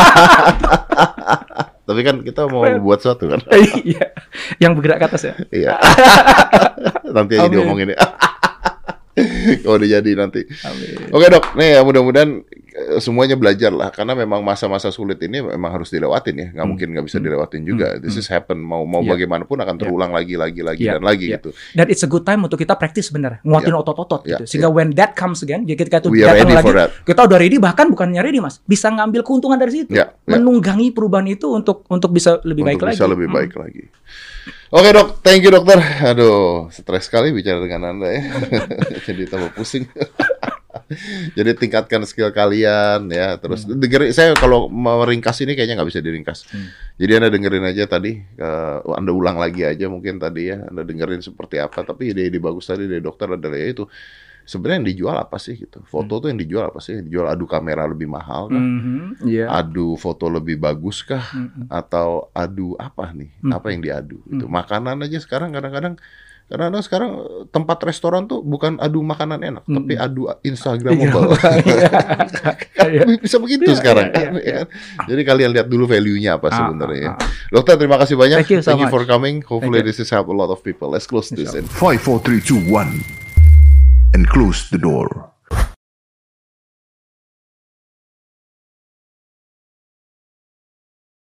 Tapi kan kita mau buat sesuatu kan. Iya, yang bergerak ke atas ya. Iya. Nanti aja Amin. diomongin ya. Kalau udah jadi nanti. Amin. Oke dok, nih ya mudah-mudahan eh, semuanya belajar lah. Karena memang masa-masa sulit ini memang harus dilewatin ya. Nggak mungkin nggak bisa dilewatin juga. This is happen. Mau mau Yeah. bagaimanapun akan terulang lagi, lagi, lagi Yeah. dan lagi Yeah. gitu. Dan it's a good time untuk kita praktis sebenarnya, nguatin Yeah. otot-otot Yeah. gitu. Sehingga when that comes again, jadi ketika itu We are datang ready lagi, for that. kita udah ready, bahkan bukannya ready Mas, bisa ngambil keuntungan dari situ, Yeah. Yeah. menunggangi perubahan itu untuk untuk bisa lebih baik Untuk lagi. bisa lebih Hmm. baik lagi. Oke dok, thank you dokter. Aduh, stres sekali bicara dengan anda ya. Jadi tambah pusing. Jadi tingkatkan skill kalian ya. Terus Hmm. dengerin, saya kalau meringkas ini kayaknya nggak bisa diringkas. Hmm. Jadi anda dengerin aja tadi, eh, anda ulang lagi aja mungkin tadi ya. Anda dengerin seperti apa. Tapi ide-ide bagus tadi dari dokter adalah ya itu. Sebenarnya yang dijual apa sih gitu? Foto tuh yang dijual apa sih? Dijual adu kamera lebih mahal kah? Mhm, iya. Adu foto lebih bagus kah? Mhm. Atau adu apa nih? Hmm. Apa yang diadu? Itu makanan aja sekarang kadang-kadang Karena ada sekarang tempat restoran tuh bukan adu makanan enak, Hmm. tapi adu Instagramable. Iya. Kan Iya. bisa begitu Iya, sekarang iya, kan, iya, ya kan? Jadi kalian lihat dulu value-nya apa Ah, sebenarnya. ah, ah. Dokter, terima kasih banyak. Thank you so much. for coming. Hopefully Thank you. this has helped a lot of people. Let's close this. And Five, four, three, two, one, and close the door.